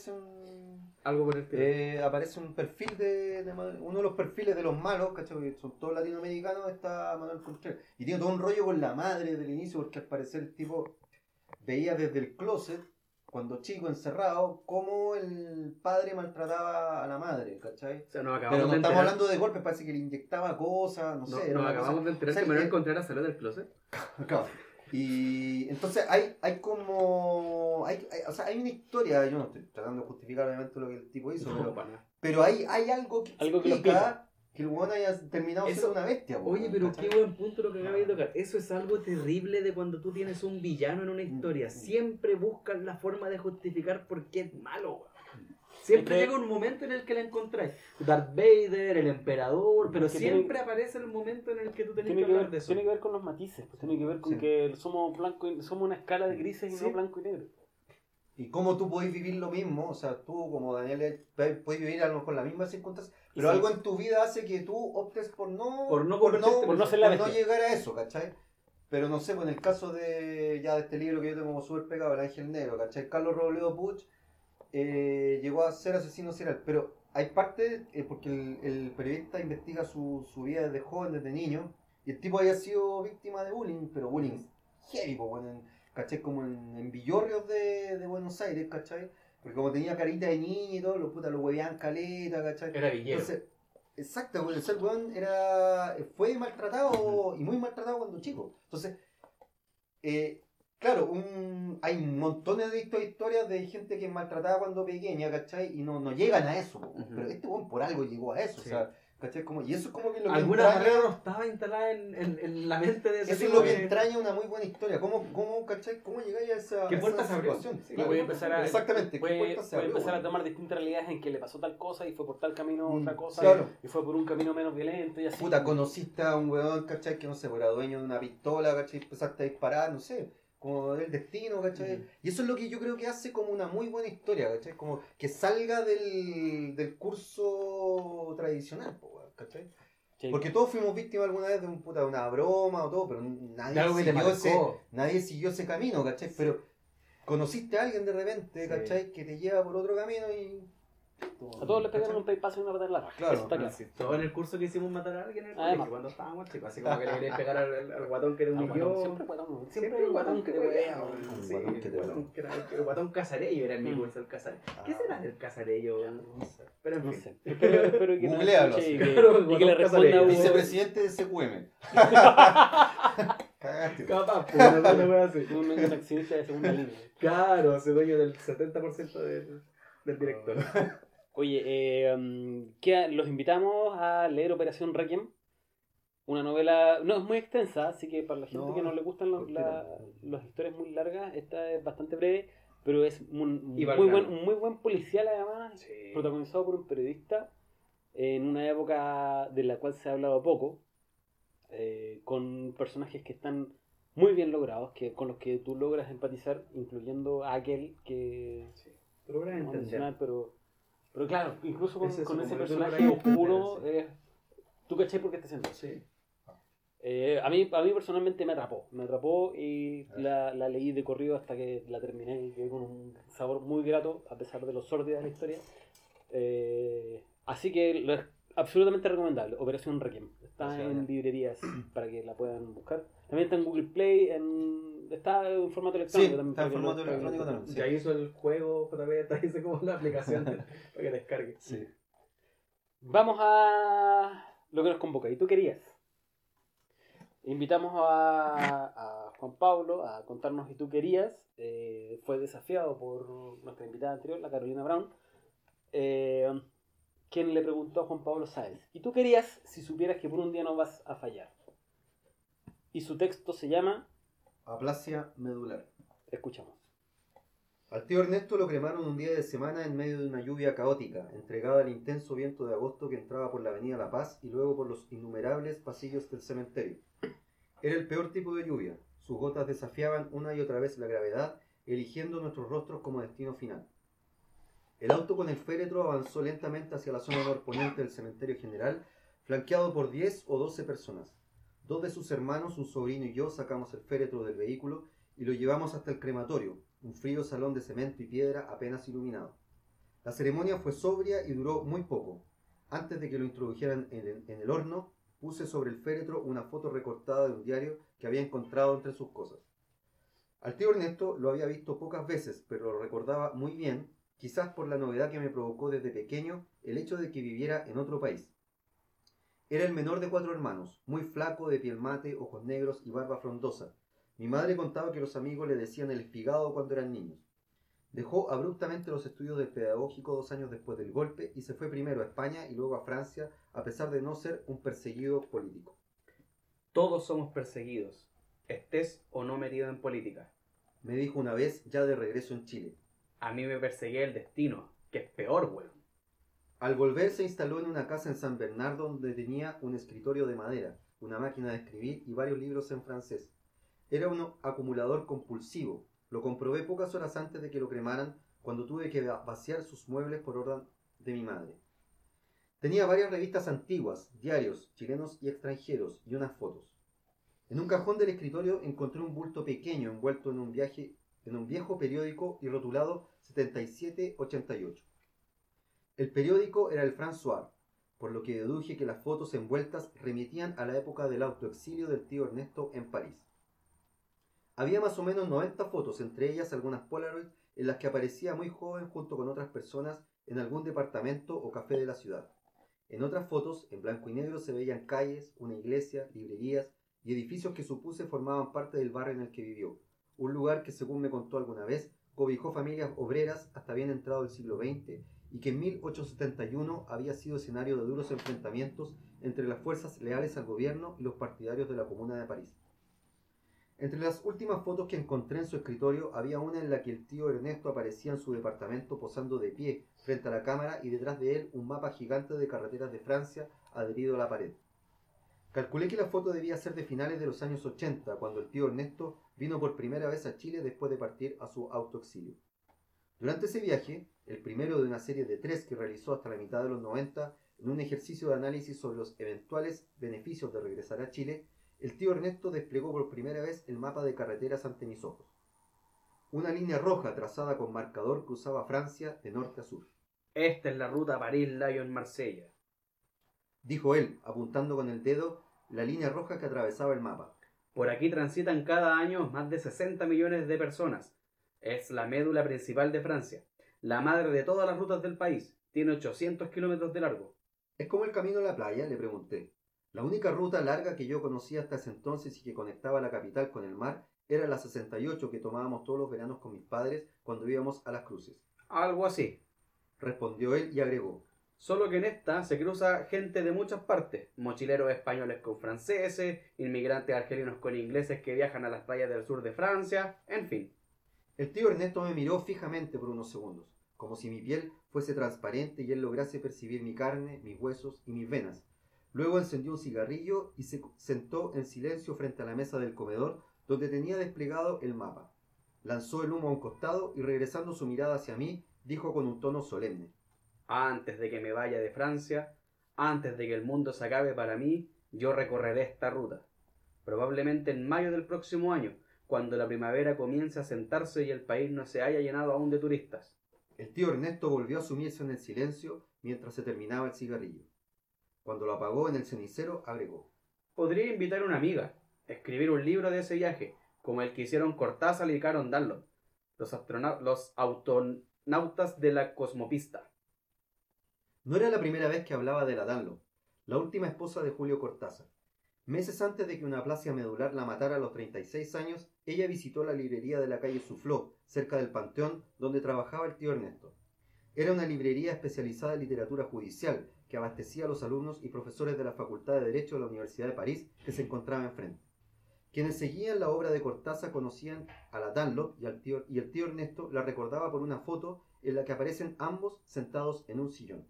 Algo por el estilo. aparece un perfil uno de los perfiles de los malos, ¿cachai? Que son todos latinoamericanos, está Manuel Contreras. Y tiene todo un rollo con la madre desde el inicio, porque al parecer el tipo veía desde el closet, cuando chico, encerrado, cómo el padre maltrataba a la madre, ¿cachai? O sea, nos Pero acabamos no de estamos enterar, hablando de golpes, parece que le inyectaba cosas, no sé. era nos una acabamos cosa- de enterar o sea, que Manuel Contreras salió del closet. Claro. Y entonces hay como... o sea, hay una historia, yo no estoy tratando de justificar obviamente lo que el tipo hizo, No, para nada. pero hay algo que Algo que lo explica que el weón haya terminado Eso- siendo una bestia. po, Oye, pero ¿cachai? qué buen punto lo que acabas de tocar. Eso es algo terrible de cuando tú tienes un villano en una historia. Siempre buscan la forma de justificar por qué es malo, weón. Siempre Es que- llega un momento en el que la encontráis. Darth Vader, el emperador, pero Es que siempre tiene- aparece el momento en el que tú tenés Tiene que que, hablar ver, de eso. tiene que ver con los matices, pues, tiene que ver con Sí. que somos somos una escala de grises y Sí. no blanco y negro. Y cómo tú podés vivir lo mismo, o sea, tú como Daniel podés vivir a lo mejor las mismas circunstancias, pero Sí. algo en tu vida hace que tú optes por no Por no convertirte por no ser la por no bestia. llegar a eso, ¿cachai? Pero no sé, pues en el caso de este libro que yo tengo como súper pegado, El Ángel Negro, ¿cachai? Carlos Robledo Puch llegó a ser asesino serial, pero hay parte, porque el periodista investiga su vida desde joven, desde niño, y el tipo había sido víctima de bullying, pero bullying heavy, pues, bueno, ¿cachai? Como en Villorrios de Buenos Aires, ¿cachai? Porque como tenía carita de niño y todo, los putas lo hueveaban caleta, ¿cachai? Era villero. Entonces, exacto, el ser weón fue maltratado y muy maltratado cuando chico. Entonces, claro, hay montones de historias de gente que es maltratada cuando pequeña, ¿cachai? Y no llegan a eso, po. Ujú. Pero este weón por algo llegó a eso, Sí. o sea, ¿cachai? Y eso es como que lo que Alguna entraña, barrera no estaba instalada en la mente de ese eso es tipo lo que de- entraña una muy buena historia. ¿Cómo ¿cachai? ¿Cómo llegáis a esa, ¿Qué a puertas esa abrió? situación? Sí, Y claro. puede empezar a, Exactamente, ¿qué puede, puertas se puede abrió, empezar a weón? tomar distintas realidades en que le pasó tal cosa y fue por tal camino otra cosa claro. y fue por un camino menos violento y así. Puta, conociste a un weón, ¿cachai? Que no sé, era dueño de una pistola, ¿cachai? Empezaste a disparar, no sé, como el destino, ¿cachai? Y eso es lo que yo creo que hace como una muy buena historia, ¿cachai? Como que salga del curso tradicional, po, weón, ¿cachai? Sí. Porque todos fuimos víctimas alguna vez de de una broma o todo, pero De algo que te nadie siguió ese camino, ¿cachai? Pero conociste a alguien de repente, Sí. ¿cachai? Que te lleva por otro camino y po, A todos les pegaron ¿cachai? un paypaso y una patada en la raja. Claro. Eso está claro. Sí, todo en el curso que hicimos matar a alguien en el Además. colegio cuando estábamos chicos, así como que le querías pegar al guatón que te Ah, humilló. bueno, siempre guatón. Siempre un guatón que te wea, Un sí, guatón que te guatón que era el guatón casarello era en mi curso, el casarello. ¿Qué será el casarello? No sé. Pero en No fin. sé. Espero que nos Googlealo, escuche y sí. que, Claro, y que le guatón responda a Casalello. Hugo. Vicepresidente de CQM. Cagaste. Capaz, pues, una wea así. Un accidente de segunda línea. Claro, hace dueño del 70% del director. Oye, los invitamos a leer Operación Requiem. Una novela, no es muy extensa, así que para la gente No, que no le gustan las historias muy largas, esta es bastante breve, pero es Y un muy buen policial además, Sí. protagonizado por un periodista en una época de la cual se ha hablado poco, con personajes que están muy bien logrados, con los que tú logras empatizar, incluyendo a aquel que Tú logras no voy a entender. mencionar, pero claro, incluso con, Es eso, con ese como que tú personaje logras oscuro, entender, tú caché por qué te sientes. Sí. A mí personalmente me atrapó y la leí de corrido hasta que la terminé y quedé con un sabor muy grato a pesar de lo sórdida de la historia. Así que lo es absolutamente recomendable, Operación Requiem. Está Gracias, en ya. librerías para que la puedan buscar. También está en Google Play, está en formato electrónico Sí, también. está en para que formato lo- electrónico también. Ya hizo el juego, JP, hizo como la aplicación para que descargue. Sí. Vamos a lo que nos convoca. ¿Y tú querías? Invitamos a Juan Pablo a contarnos ¿y tú querías? Fue desafiado por nuestra invitada anterior, la Carolina Brown, quien le preguntó a Juan Pablo Sáenz, ¿y tú querías si supieras que por un día no vas a fallar? Y su texto se llama, Aplasia medular. escuchamos. Al tío Ernesto lo cremaron un día de semana en medio de una lluvia caótica, entregada al intenso viento de agosto que entraba por la avenida La Paz y luego por los innumerables pasillos del cementerio. Era el peor tipo de lluvia. Sus gotas desafiaban una y otra vez la gravedad, eligiendo nuestros rostros como destino final. El auto con el féretro avanzó lentamente hacia la zona norponiente del cementerio general, flanqueado por 10 o 12 personas. 2 de sus hermanos, un sobrino y yo sacamos el féretro del vehículo y lo llevamos hasta el crematorio, un frío salón de cemento y piedra apenas iluminado. La ceremonia fue sobria y duró muy poco. Antes de que lo introdujeran en el horno, puse sobre el féretro una foto recortada de un diario que había encontrado entre sus cosas. Al tío Ernesto lo había visto pocas veces, pero lo recordaba muy bien, quizás por la novedad que me provocó desde pequeño el hecho de que viviera en otro país. Era el menor de 4 hermanos, muy flaco, de piel mate, ojos negros y barba frondosa. Mi madre contaba que los amigos le decían el espigado cuando eran niños. Dejó abruptamente los estudios del pedagógico 2 años después del golpe y se fue primero a España y luego a Francia, a pesar de no ser un perseguido político. Todos somos perseguidos, estés o no metido en política. Me dijo una vez, ya de regreso en Chile. A mí me perseguía el destino, que es peor, weón. Al volver se instaló en una casa en San Bernardo donde tenía un escritorio de madera, una máquina de escribir y varios libros en francés. Era un acumulador compulsivo. Lo comprobé pocas horas antes de que lo cremaran, cuando tuve que vaciar sus muebles por orden de mi madre. Tenía varias revistas antiguas, diarios chilenos y extranjeros y unas fotos. En un cajón del escritorio encontré un bulto pequeño envuelto en un viejo periódico y rotulado 7788. El periódico era el François, por lo que deduje que las fotos envueltas remitían a la época del autoexilio del tío Ernesto en París. Había más o menos 90 fotos, entre ellas algunas Polaroid en las que aparecía muy joven junto con otras personas en algún departamento o café de la ciudad. En otras fotos, en blanco y negro, se veían calles, una iglesia, librerías y edificios que supuse formaban parte del barrio en el que vivió, un lugar que, según me contó alguna vez, cobijó familias obreras hasta bien entrado el siglo XX y que en 1871 había sido escenario de duros enfrentamientos entre las fuerzas leales al gobierno y los partidarios de la Comuna de París. Entre las últimas fotos que encontré en su escritorio había una en la que el tío Ernesto aparecía en su departamento posando de pie frente a la cámara y detrás de él un mapa gigante de carreteras de Francia adherido a la pared. Calculé que la foto debía ser de finales de los años 80, cuando el tío Ernesto vino por primera vez a Chile después de partir a su autoexilio. Durante ese viaje, el primero de una serie de 3 que realizó hasta la mitad de los 90, en un ejercicio de análisis sobre los eventuales beneficios de regresar a Chile, el tío Ernesto desplegó por primera vez el mapa de carreteras ante mis ojos. Una línea roja trazada con marcador cruzaba Francia de norte a sur. Esta es la ruta París-Lyon-Marsella. Dijo él, apuntando con el dedo la línea roja que atravesaba el mapa. Por aquí transitan cada año más de 60 millones de personas. Es la médula principal de Francia, la madre de todas las rutas del país. Tiene 800 kilómetros de largo. ¿Es como el camino a la playa?, le pregunté. La única ruta larga que yo conocía hasta ese entonces y que conectaba la capital con el mar era la 68 que tomábamos todos los veranos con mis padres cuando íbamos a Las Cruces. Algo así. Respondió él y agregó. Solo que en esta se cruza gente de muchas partes, mochileros españoles con franceses, inmigrantes argelinos con ingleses que viajan a las playas del sur de Francia, en fin. El tío Ernesto me miró fijamente por unos segundos, como si mi piel fuese transparente y él lograse percibir mi carne, mis huesos y mis venas. Luego encendió un cigarrillo y se sentó en silencio frente a la mesa del comedor donde tenía desplegado el mapa. Lanzó el humo a un costado y regresando su mirada hacia mí, dijo con un tono solemne. Antes de que me vaya de Francia, antes de que el mundo se acabe para mí, yo recorreré esta ruta. Probablemente en mayo del próximo año, cuando la primavera comience a sentarse y el país no se haya llenado aún de turistas. El tío Ernesto volvió a sumirse en el silencio mientras se terminaba el cigarrillo. Cuando lo apagó en el cenicero, agregó. Podría invitar a una amiga, escribir un libro de ese viaje, como el que hicieron Cortázar y Caron Dunlop, los autonautas de la cosmopista. No era la primera vez que hablaba de la Dunlop, la última esposa de Julio Cortázar. Meses antes de que una aplasia medular la matara a los 36 años, ella visitó la librería de la calle Sufló, cerca del Panteón, donde trabajaba el tío Ernesto. Era una librería especializada en literatura judicial, que abastecía a los alumnos y profesores de la Facultad de Derecho de la Universidad de París, que se encontraba enfrente. Quienes seguían la obra de Cortázar conocían a la Dunlop y el tío Ernesto la recordaba por una foto en la que aparecen ambos sentados en un sillón.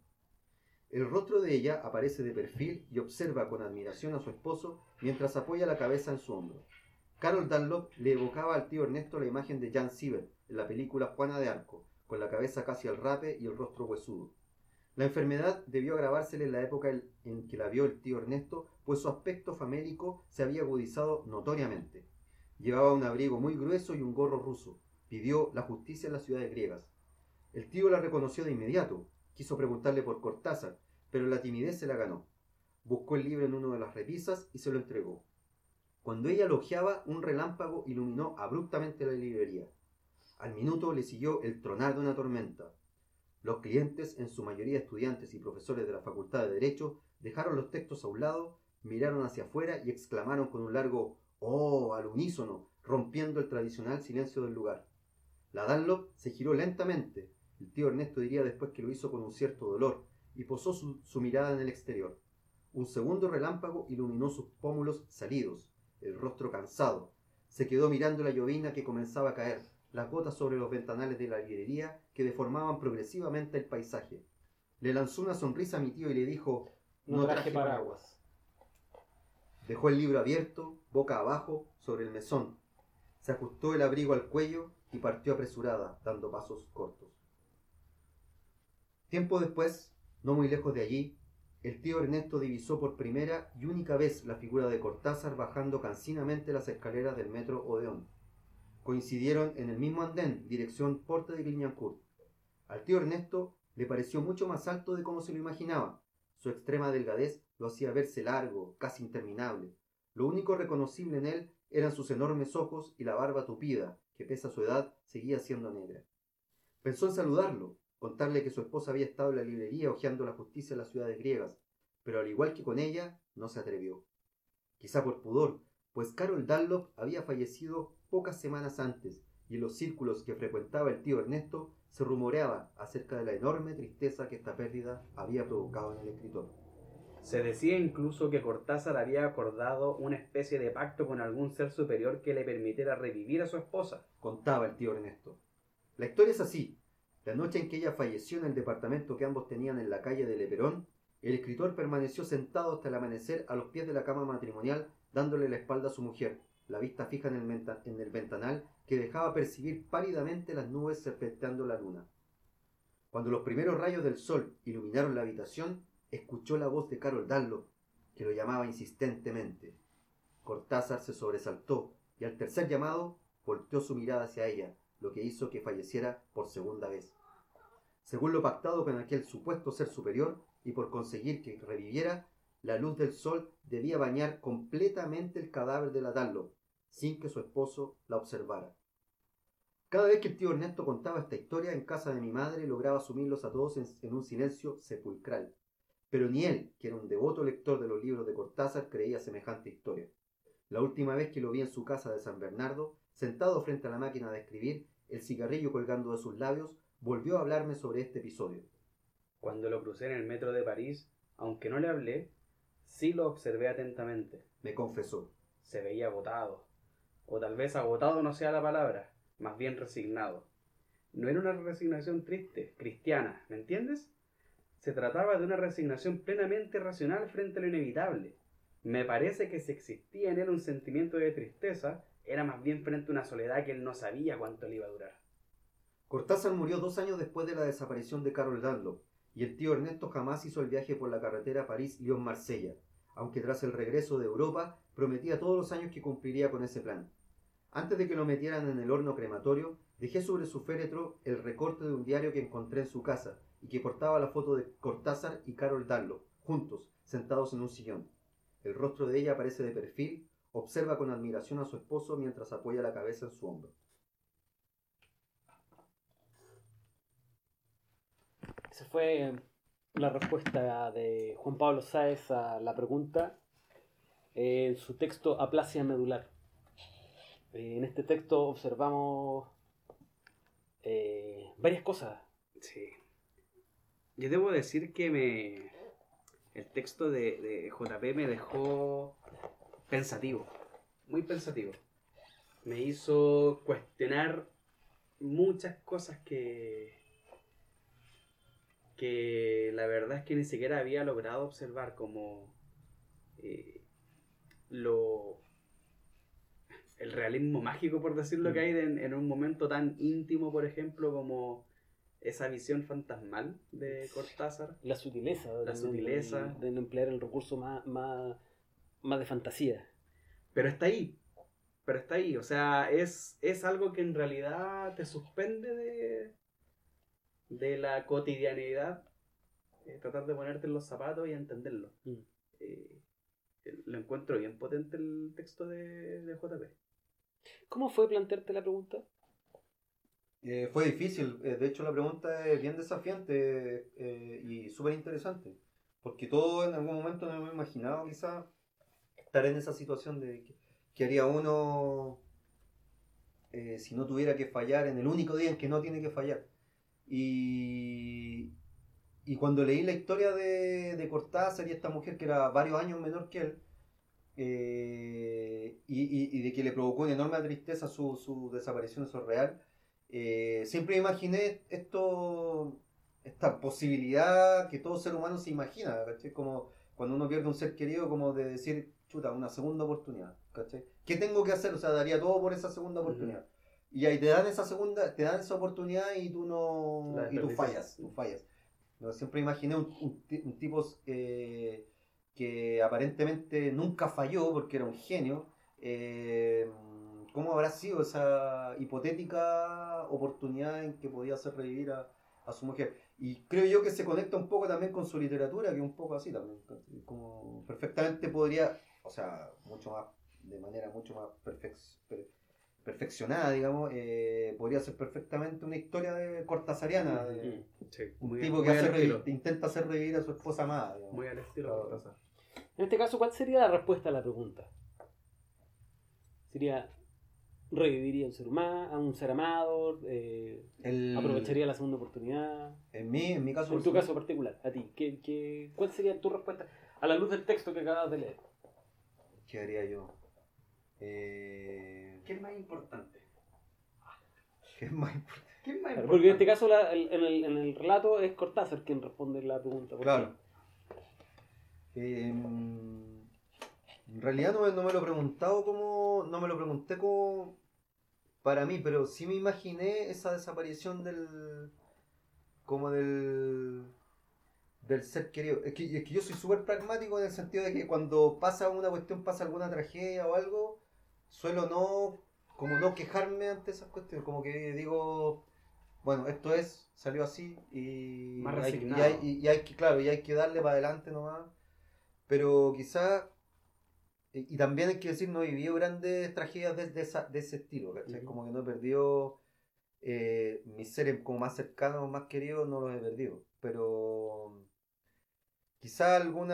El rostro de ella aparece de perfil y observa con admiración a su esposo mientras apoya la cabeza en su hombro. Carol Dunlop le evocaba al tío Ernesto la imagen de Jan Siever en la película Juana de Arco, con la cabeza casi al rape y el rostro huesudo. La enfermedad debió agravársele en la época en que la vio el tío Ernesto, pues su aspecto famélico se había agudizado notoriamente. Llevaba un abrigo muy grueso y un gorro ruso. Pidió la justicia en las ciudades griegas. El tío la reconoció de inmediato. Quiso preguntarle por Cortázar, pero la timidez se la ganó. Buscó el libro en una de las repisas y se lo entregó. Cuando ella lo hojeaba, un relámpago iluminó abruptamente la librería. Al minuto le siguió el tronar de una tormenta. Los clientes, en su mayoría estudiantes y profesores de la Facultad de Derecho, dejaron los textos a un lado, miraron hacia afuera y exclamaron con un largo «¡Oh!» al unísono, rompiendo el tradicional silencio del lugar. La Dunlop se giró lentamente. El tío Ernesto diría después que lo hizo con un cierto dolor, y posó su mirada en el exterior. Un segundo relámpago iluminó sus pómulos salidos, el rostro cansado. Se quedó mirando la llovizna que comenzaba a caer, las gotas sobre los ventanales de la librería que deformaban progresivamente el paisaje. Le lanzó una sonrisa a mi tío y le dijo: No traje paraguas. Dejó el libro abierto, boca abajo, sobre el mesón. Se ajustó el abrigo al cuello y partió apresurada, dando pasos cortos. Tiempo después, no muy lejos de allí, el tío Ernesto divisó por primera y única vez la figura de Cortázar bajando cansinamente las escaleras del metro Odeón. Coincidieron en el mismo andén, dirección Porte de Clignancourt. Al tío Ernesto le pareció mucho más alto de como se lo imaginaba. Su extrema delgadez lo hacía verse largo, casi interminable. Lo único reconocible en él eran sus enormes ojos y la barba tupida, que pese a su edad seguía siendo negra. Pensó en saludarlo, contarle que su esposa había estado en la librería hojeando la justicia en las ciudades griegas, pero al igual que con ella, no se atrevió. Quizá por pudor, pues Carol Dunlop había fallecido pocas semanas antes, y en los círculos que frecuentaba el tío Ernesto se rumoreaba acerca de la enorme tristeza que esta pérdida había provocado en el escritor. Se decía incluso que Cortázar había acordado una especie de pacto con algún ser superior que le permitiera revivir a su esposa, contaba el tío Ernesto. La historia es así. La noche en que ella falleció en el departamento que ambos tenían en la calle de Leperón, el escritor permaneció sentado hasta el amanecer a los pies de la cama matrimonial, dándole la espalda a su mujer, la vista fija en el ventanal que dejaba percibir pálidamente las nubes serpenteando la luna. Cuando los primeros rayos del sol iluminaron la habitación, escuchó la voz de Carol Dunlop, que lo llamaba insistentemente. Cortázar se sobresaltó y al tercer llamado volteó su mirada hacia ella, lo que hizo que falleciera por segunda vez. Según lo pactado con aquel supuesto ser superior, y por conseguir que reviviera, la luz del sol debía bañar completamente el cadáver de la Dunlop, sin que su esposo la observara. Cada vez que el tío Ernesto contaba esta historia en casa de mi madre, lograba sumirlos a todos en un silencio sepulcral. Pero ni él, que era un devoto lector de los libros de Cortázar, creía semejante historia. La última vez que lo vi en su casa de San Bernardo, sentado frente a la máquina de escribir, el cigarrillo colgando de sus labios, volvió a hablarme sobre este episodio. Cuando lo crucé en el metro de París, aunque no le hablé, sí lo observé atentamente. Me confesó. Se veía agotado. O tal vez agotado no sea la palabra, más bien resignado. No era una resignación triste, cristiana, ¿me entiendes? Se trataba de una resignación plenamente racional frente a lo inevitable. Me parece que si existía en él un sentimiento de tristeza, era más bien frente a una soledad que él no sabía cuánto le iba a durar. Cortázar murió 2 años después de la desaparición de Carol Dunlop, y el tío Ernesto jamás hizo el viaje por la carretera París-Lyon-Marsella, aunque tras el regreso de Europa prometía todos los años que cumpliría con ese plan. Antes de que lo metieran en el horno crematorio, dejé sobre su féretro el recorte de un diario que encontré en su casa y que portaba la foto de Cortázar y Carol Dunlop, juntos, sentados en un sillón. El rostro de ella aparece de perfil, observa con admiración a su esposo mientras apoya la cabeza en su hombro. Esa fue la respuesta de Juan Pablo Sáez a la pregunta en su texto Aplasia Medular. En este texto observamos varias cosas. Sí. Yo debo decir que el texto de JP me dejó pensativo, muy pensativo. Me hizo cuestionar muchas cosas que la verdad es que ni siquiera había logrado observar, como el realismo mágico, por decirlo, que hay en un momento tan íntimo, por ejemplo, como esa visión fantasmal de Cortázar. La sutileza. La sutileza. De no emplear el recurso más de fantasía. Pero está ahí, o sea, es algo que en realidad te suspende de la cotidianidad, tratar de ponerte en los zapatos y entenderlo. Lo encuentro bien potente el texto de JP. ¿Cómo fue plantearte la pregunta? Fue difícil, de hecho la pregunta es bien desafiante y súper interesante, porque todo en algún momento no me he imaginado quizá estar en esa situación de que haría uno si no tuviera que fallar en el único día en que no tiene que fallar. Y cuando leí la historia de Cortázar y esta mujer que era varios años menor que él, y de que le provocó una enorme tristeza su desaparición, eso es real, siempre imaginé esta posibilidad que todo ser humano se imagina, ¿cachai? Como cuando uno pierde un ser querido, como de decir, chuta, una segunda oportunidad, ¿cachai? ¿Qué tengo que hacer? O sea, daría todo por esa segunda oportunidad. Y ahí te dan esa oportunidad y tú fallas. No, siempre imaginé un tipo que aparentemente nunca falló porque era un genio. ¿Cómo habrá sido esa hipotética oportunidad en que podía hacer revivir a su mujer? Y creo yo que se conecta un poco también con su literatura, que es un poco así también. Como perfectamente podría, o sea, de manera mucho más perfeccionada, digamos, podría ser perfectamente una historia cortázariana. Sí, un tipo que intenta hacer revivir a su esposa amada. Digamos. Muy al estilo de Cortázar. En este caso, ¿cuál sería la respuesta a la pregunta? ¿Sería reviviría a un ser amado? ¿Aprovecharía la segunda oportunidad? En mi caso... En tu caso particular, a ti, ¿cuál sería tu respuesta a la luz del texto que acabas de leer? ¿Qué haría yo? ¿Qué es más importante? ¿Qué es más importante? Porque en este caso, en el relato, es Cortázar quien responde la pregunta. Claro. En realidad no me lo he preguntado no me lo pregunté como para mí, pero sí me imaginé esa desaparición del ser querido. Es que yo soy súper pragmático en el sentido de que cuando pasa una cuestión, pasa alguna tragedia o algo, suelo no quejarme ante esas cuestiones, como que digo, bueno, salió así y Más hay, resignado. y hay que darle para adelante nomás. Pero quizás, y también hay que decir, no he vivido grandes tragedias de ese estilo, ¿cachai? Ujú. Como que no he perdido mis seres como más cercanos, más queridos, no los he perdido. Pero quizá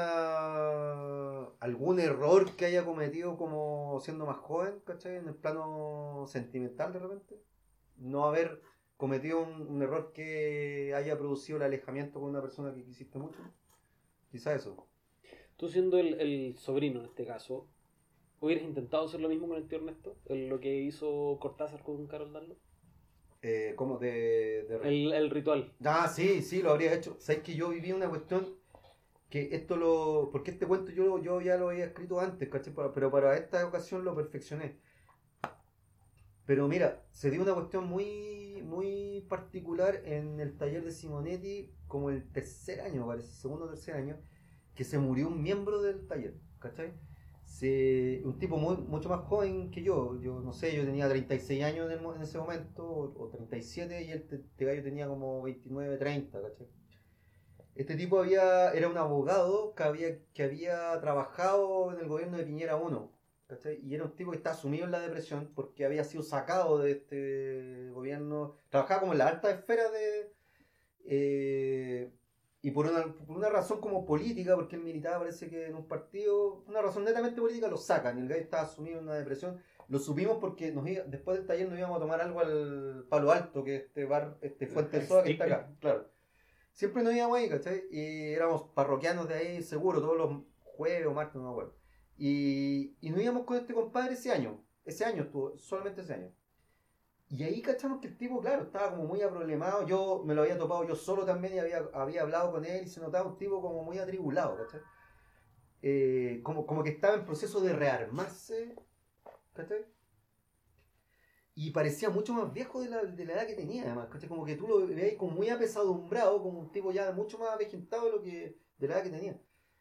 algún error que haya cometido como siendo más joven, ¿cachai? En el plano sentimental de repente. No haber cometido un error que haya producido el alejamiento con una persona que quisiste mucho. Quizá eso. Tú siendo el sobrino en este caso, ¿hubieras intentado hacer lo mismo con el tío Ernesto? Lo que hizo Cortázar con Carol Danlo. Como El ritual. Ah, sí, sí, lo habría hecho. Sabes que yo viví una cuestión que porque este cuento yo ya lo había escrito antes, ¿cachai? Pero para esta ocasión lo perfeccioné. Pero mira, se dio una cuestión muy particular en el taller de Simonetti, como el tercer año, parece, segundo o tercer año, que se murió un miembro del taller, ¿cachai? Un tipo mucho más joven que yo no sé, yo tenía 36 años en ese momento, o 37, y este gallo tenía como 29, 30, ¿cachai? Este tipo era un abogado que había trabajado en el gobierno de Piñera 1, ¿cachai? Y era un tipo que estaba sumido en la depresión porque había sido sacado de este gobierno, trabajaba como en la alta esfera y por una razón como política, porque él militaba parece que en un partido, una razón netamente política lo sacan, y el gallo estaba sumido en una depresión. Lo supimos porque después del taller nos íbamos a tomar algo al Palo Alto, que es este bar, Fuente del Soda que está acá, claro. Siempre nos íbamos ahí, ¿cachai? Y éramos parroquianos de ahí, seguro, todos los jueves o martes, no me acuerdo. Y nos íbamos con este compadre ese año estuvo, solamente ese año. Y ahí cachamos que el tipo, claro, estaba como muy aproblemado. Yo me lo había topado yo solo también y había hablado con él y se notaba un tipo como muy atribulado, ¿cachai? Como que estaba en proceso de rearmarse, ¿cachai? Y parecía mucho más viejo de la edad que tenía, además, ¿cachai? Como que tú lo veías como muy apesadumbrado, como un tipo ya mucho más avejentado de la edad que tenía.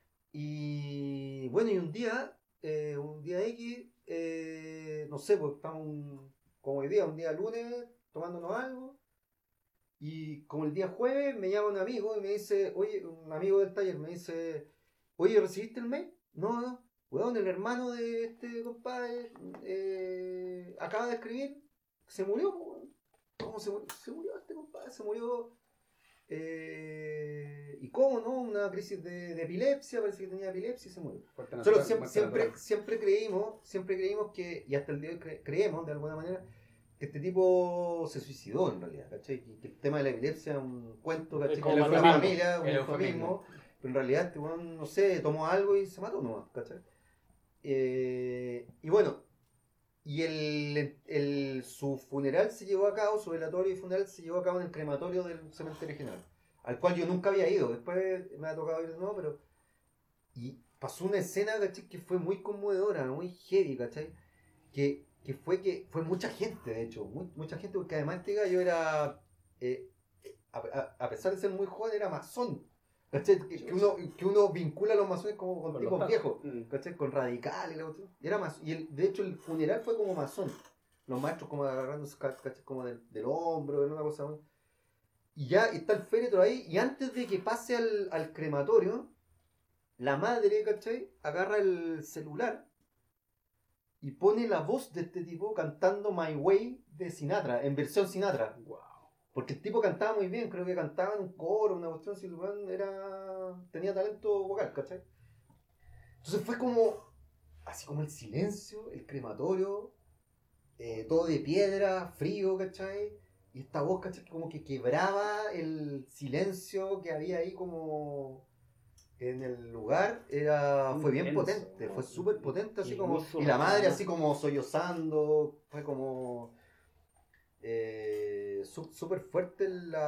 Y bueno, y un día X, no sé, pues estamos como hoy día, un día lunes, tomándonos algo. Y como el día jueves me llama un amigo y me dice, oye, un amigo del taller me dice, oye, ¿recibiste el mail? No, no. Weón, el hermano de este compadre acaba de escribir, se murió, po, weón. ¿Cómo se murió? Se murió este compadre, se murió. ¿Y cómo no? Una crisis de epilepsia, parece que tenía epilepsia y se murió. Solo siempre creímos que, y hasta el día de hoy creemos de alguna manera, que este tipo se suicidó en realidad, ¿cachai? Que el tema de la epilepsia es un cuento, ¿cachai? Como Que fue una matamarlo. familia, un El eufemismo, pero en realidad este weón, no sé, tomó algo y se mató nomás, ¿cachai? Y bueno, su funeral se llevó a cabo, su velatorio y funeral se llevó a cabo en el crematorio del cementerio general, al cual yo nunca había ido, después me ha tocado ir de nuevo, pero... Y pasó una escena, ¿cachai? Que fue muy conmovedora, muy heavy, ¿cachai? Que fue mucha gente, de hecho, mucha gente, porque además este gallo era, eh, a pesar de ser muy joven, era masón. ¿Cachai? Que uno vincula a los masones como con Con tipos los viejos, tacos. ¿cachai? Con radicales, era de hecho el funeral fue como masón. Los maestros como agarrándose, ¿cachai? Como del hombro, era una cosa muy... Y ya está el féretro ahí, y antes de que pase al crematorio, la madre, ¿cachai? Agarra el celular y pone la voz de este tipo cantando My Way de Sinatra, en versión Sinatra. Wow. Porque el tipo cantaba muy bien, creo que cantaba en un coro, una cuestión así, el weón tenía talento vocal, ¿cachai? Entonces fue como, así como el silencio, el crematorio, todo de piedra, frío, ¿cachai? Y esta voz, ¿cachai? Como que quebraba el silencio que había ahí como en el lugar, fue bien Intenso, potente, ¿no? fue súper potente, así Y como, muy y la madre surreal. así como sollozando, fue como súper fuerte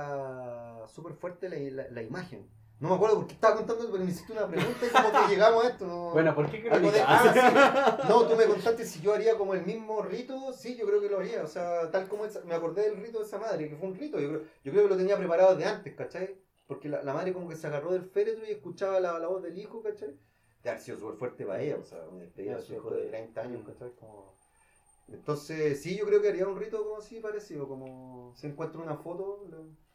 la imagen. No me acuerdo por qué estaba contando, pero me hiciste una pregunta y como que llegamos a esto. ¿No? Bueno, ¿por qué Algo de. crónica? Sí. No, tú me contaste si yo haría como el mismo rito. Sí, yo creo que lo haría. O sea, tal como me acordé del rito de esa madre, que fue un rito. Yo creo que lo tenía preparado de antes, ¿cachai? Porque la madre como que se agarró del féretro y escuchaba la voz del hijo, ¿cachai? De haber sido súper fuerte para ella. O sea, me despedía a su hijo de 30 años, ¿cachai? Como... Entonces, sí, yo creo que haría un rito como así parecido, como si encuentro una foto.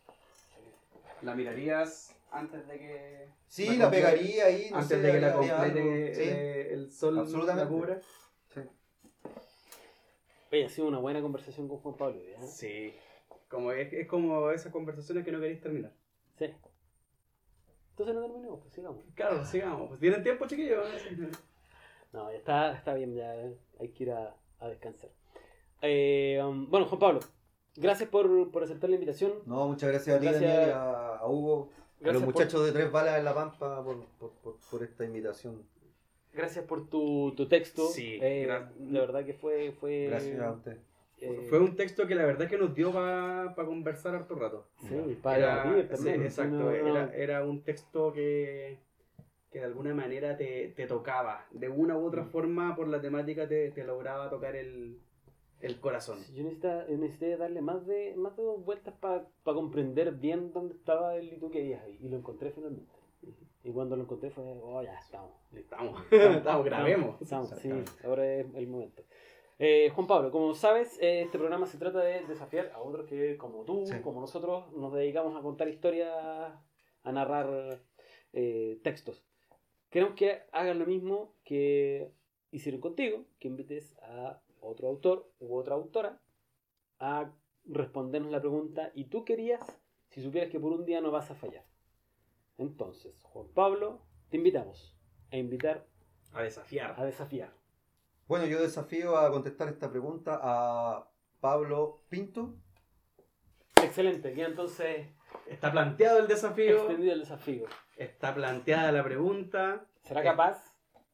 ¿La mirarías antes de que... Sí, la pegaría ahí, no antes sé, de que la haría complete algo, sí, el sol absolutamente. la cubra? sí. Oye, ha sido una buena conversación con Juan Pablo, ¿eh? Sí. Como es como esas conversaciones que no queréis terminar. Sí. Entonces no terminemos, pues sigamos. Claro, sigamos. Pues tienen tiempo, chiquillos. No, ya está bien, ya hay que ir a descansar. Bueno, Juan Pablo, gracias por aceptar la invitación. No, muchas gracias a ti, Gracias. Daniel, a Hugo, a Gracias los muchachos de Tres Balas en La Pampa por esta invitación. Gracias por tu texto. Sí, de verdad que fue... Gracias a usted. Fue un texto que la verdad que nos dio para conversar harto rato. Sí, para debatir también. Sí, exacto. No. Era un texto que de alguna manera te tocaba. De una u otra forma, por la temática, te lograba tocar el corazón. Yo necesité darle más de 2 vueltas para comprender bien dónde estaba el y tú querías ahí. Y lo encontré finalmente. Y cuando lo encontré fue, oh, ya, estamos. Estamos, grabemos. Estamos, sí, ahora es el momento. Juan Pablo, como sabes, este programa se trata de desafiar a otros que, como tú, Sí. como nosotros, nos dedicamos a contar historias, a narrar textos. Queremos que hagas lo mismo que hicieron contigo, que invites a otro autor u otra autora a respondernos la pregunta ¿y tú querías si supieras que por un día no vas a fallar? Entonces, Juan Pablo, te invitamos a invitar A desafiar. a desafiar. Bueno, yo desafío a contestar esta pregunta a Pablo Pinto. Excelente, ya entonces Está planteado el desafío. extendido el desafío. Está planteada la pregunta. ¿Será capaz?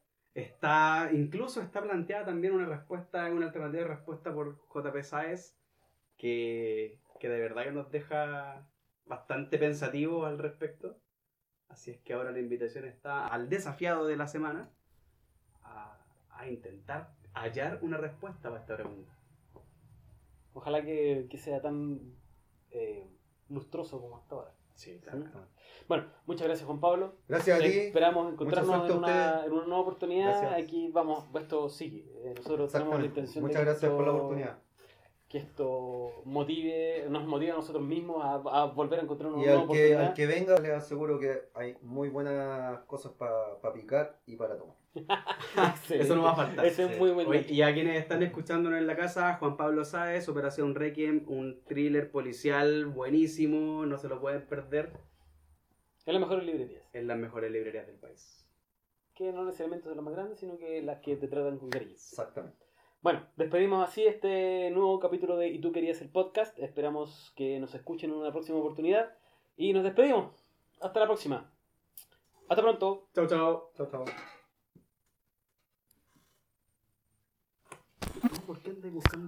Incluso está planteada también una alternativa de respuesta por JP Sáez que de verdad que nos deja bastante pensativos al respecto. Así es que ahora la invitación está al desafiado de la semana a intentar hallar una respuesta para esta pregunta. Ojalá que sea tan lustroso como hasta ahora. Sí, ¿Sí? Bueno, muchas gracias Juan Pablo. Gracias a ti. Esperamos encontrarnos Mucha suerte a ustedes. en una nueva oportunidad. Gracias. Aquí vamos, esto sigue. Nosotros tenemos la Exactamente. intención Muchas de que gracias por la oportunidad. que esto nos motive a nosotros mismos a volver a encontrar una Y nueva al oportunidad. que venga, les aseguro que hay muy buenas cosas para picar y para tomar. Excelente. Eso no va a faltar. Ese es muy buen Oye, dato. y a quienes están escuchándonos en la casa, Juan Pablo Sáez, Operación Requiem, un thriller policial buenísimo, no se lo pueden perder Es las mejores librerías. en las mejores librerías del país. Que no necesariamente son las más grandes, sino que las que te tratan con cariño. Exactamente. Bueno, despedimos así este nuevo capítulo de ¿Y tú querías el podcast? Esperamos que nos escuchen en una próxima oportunidad. Y nos despedimos. Hasta la próxima. Hasta pronto. Chao, chao. Chao, chao. ¿Por qué andas buscando?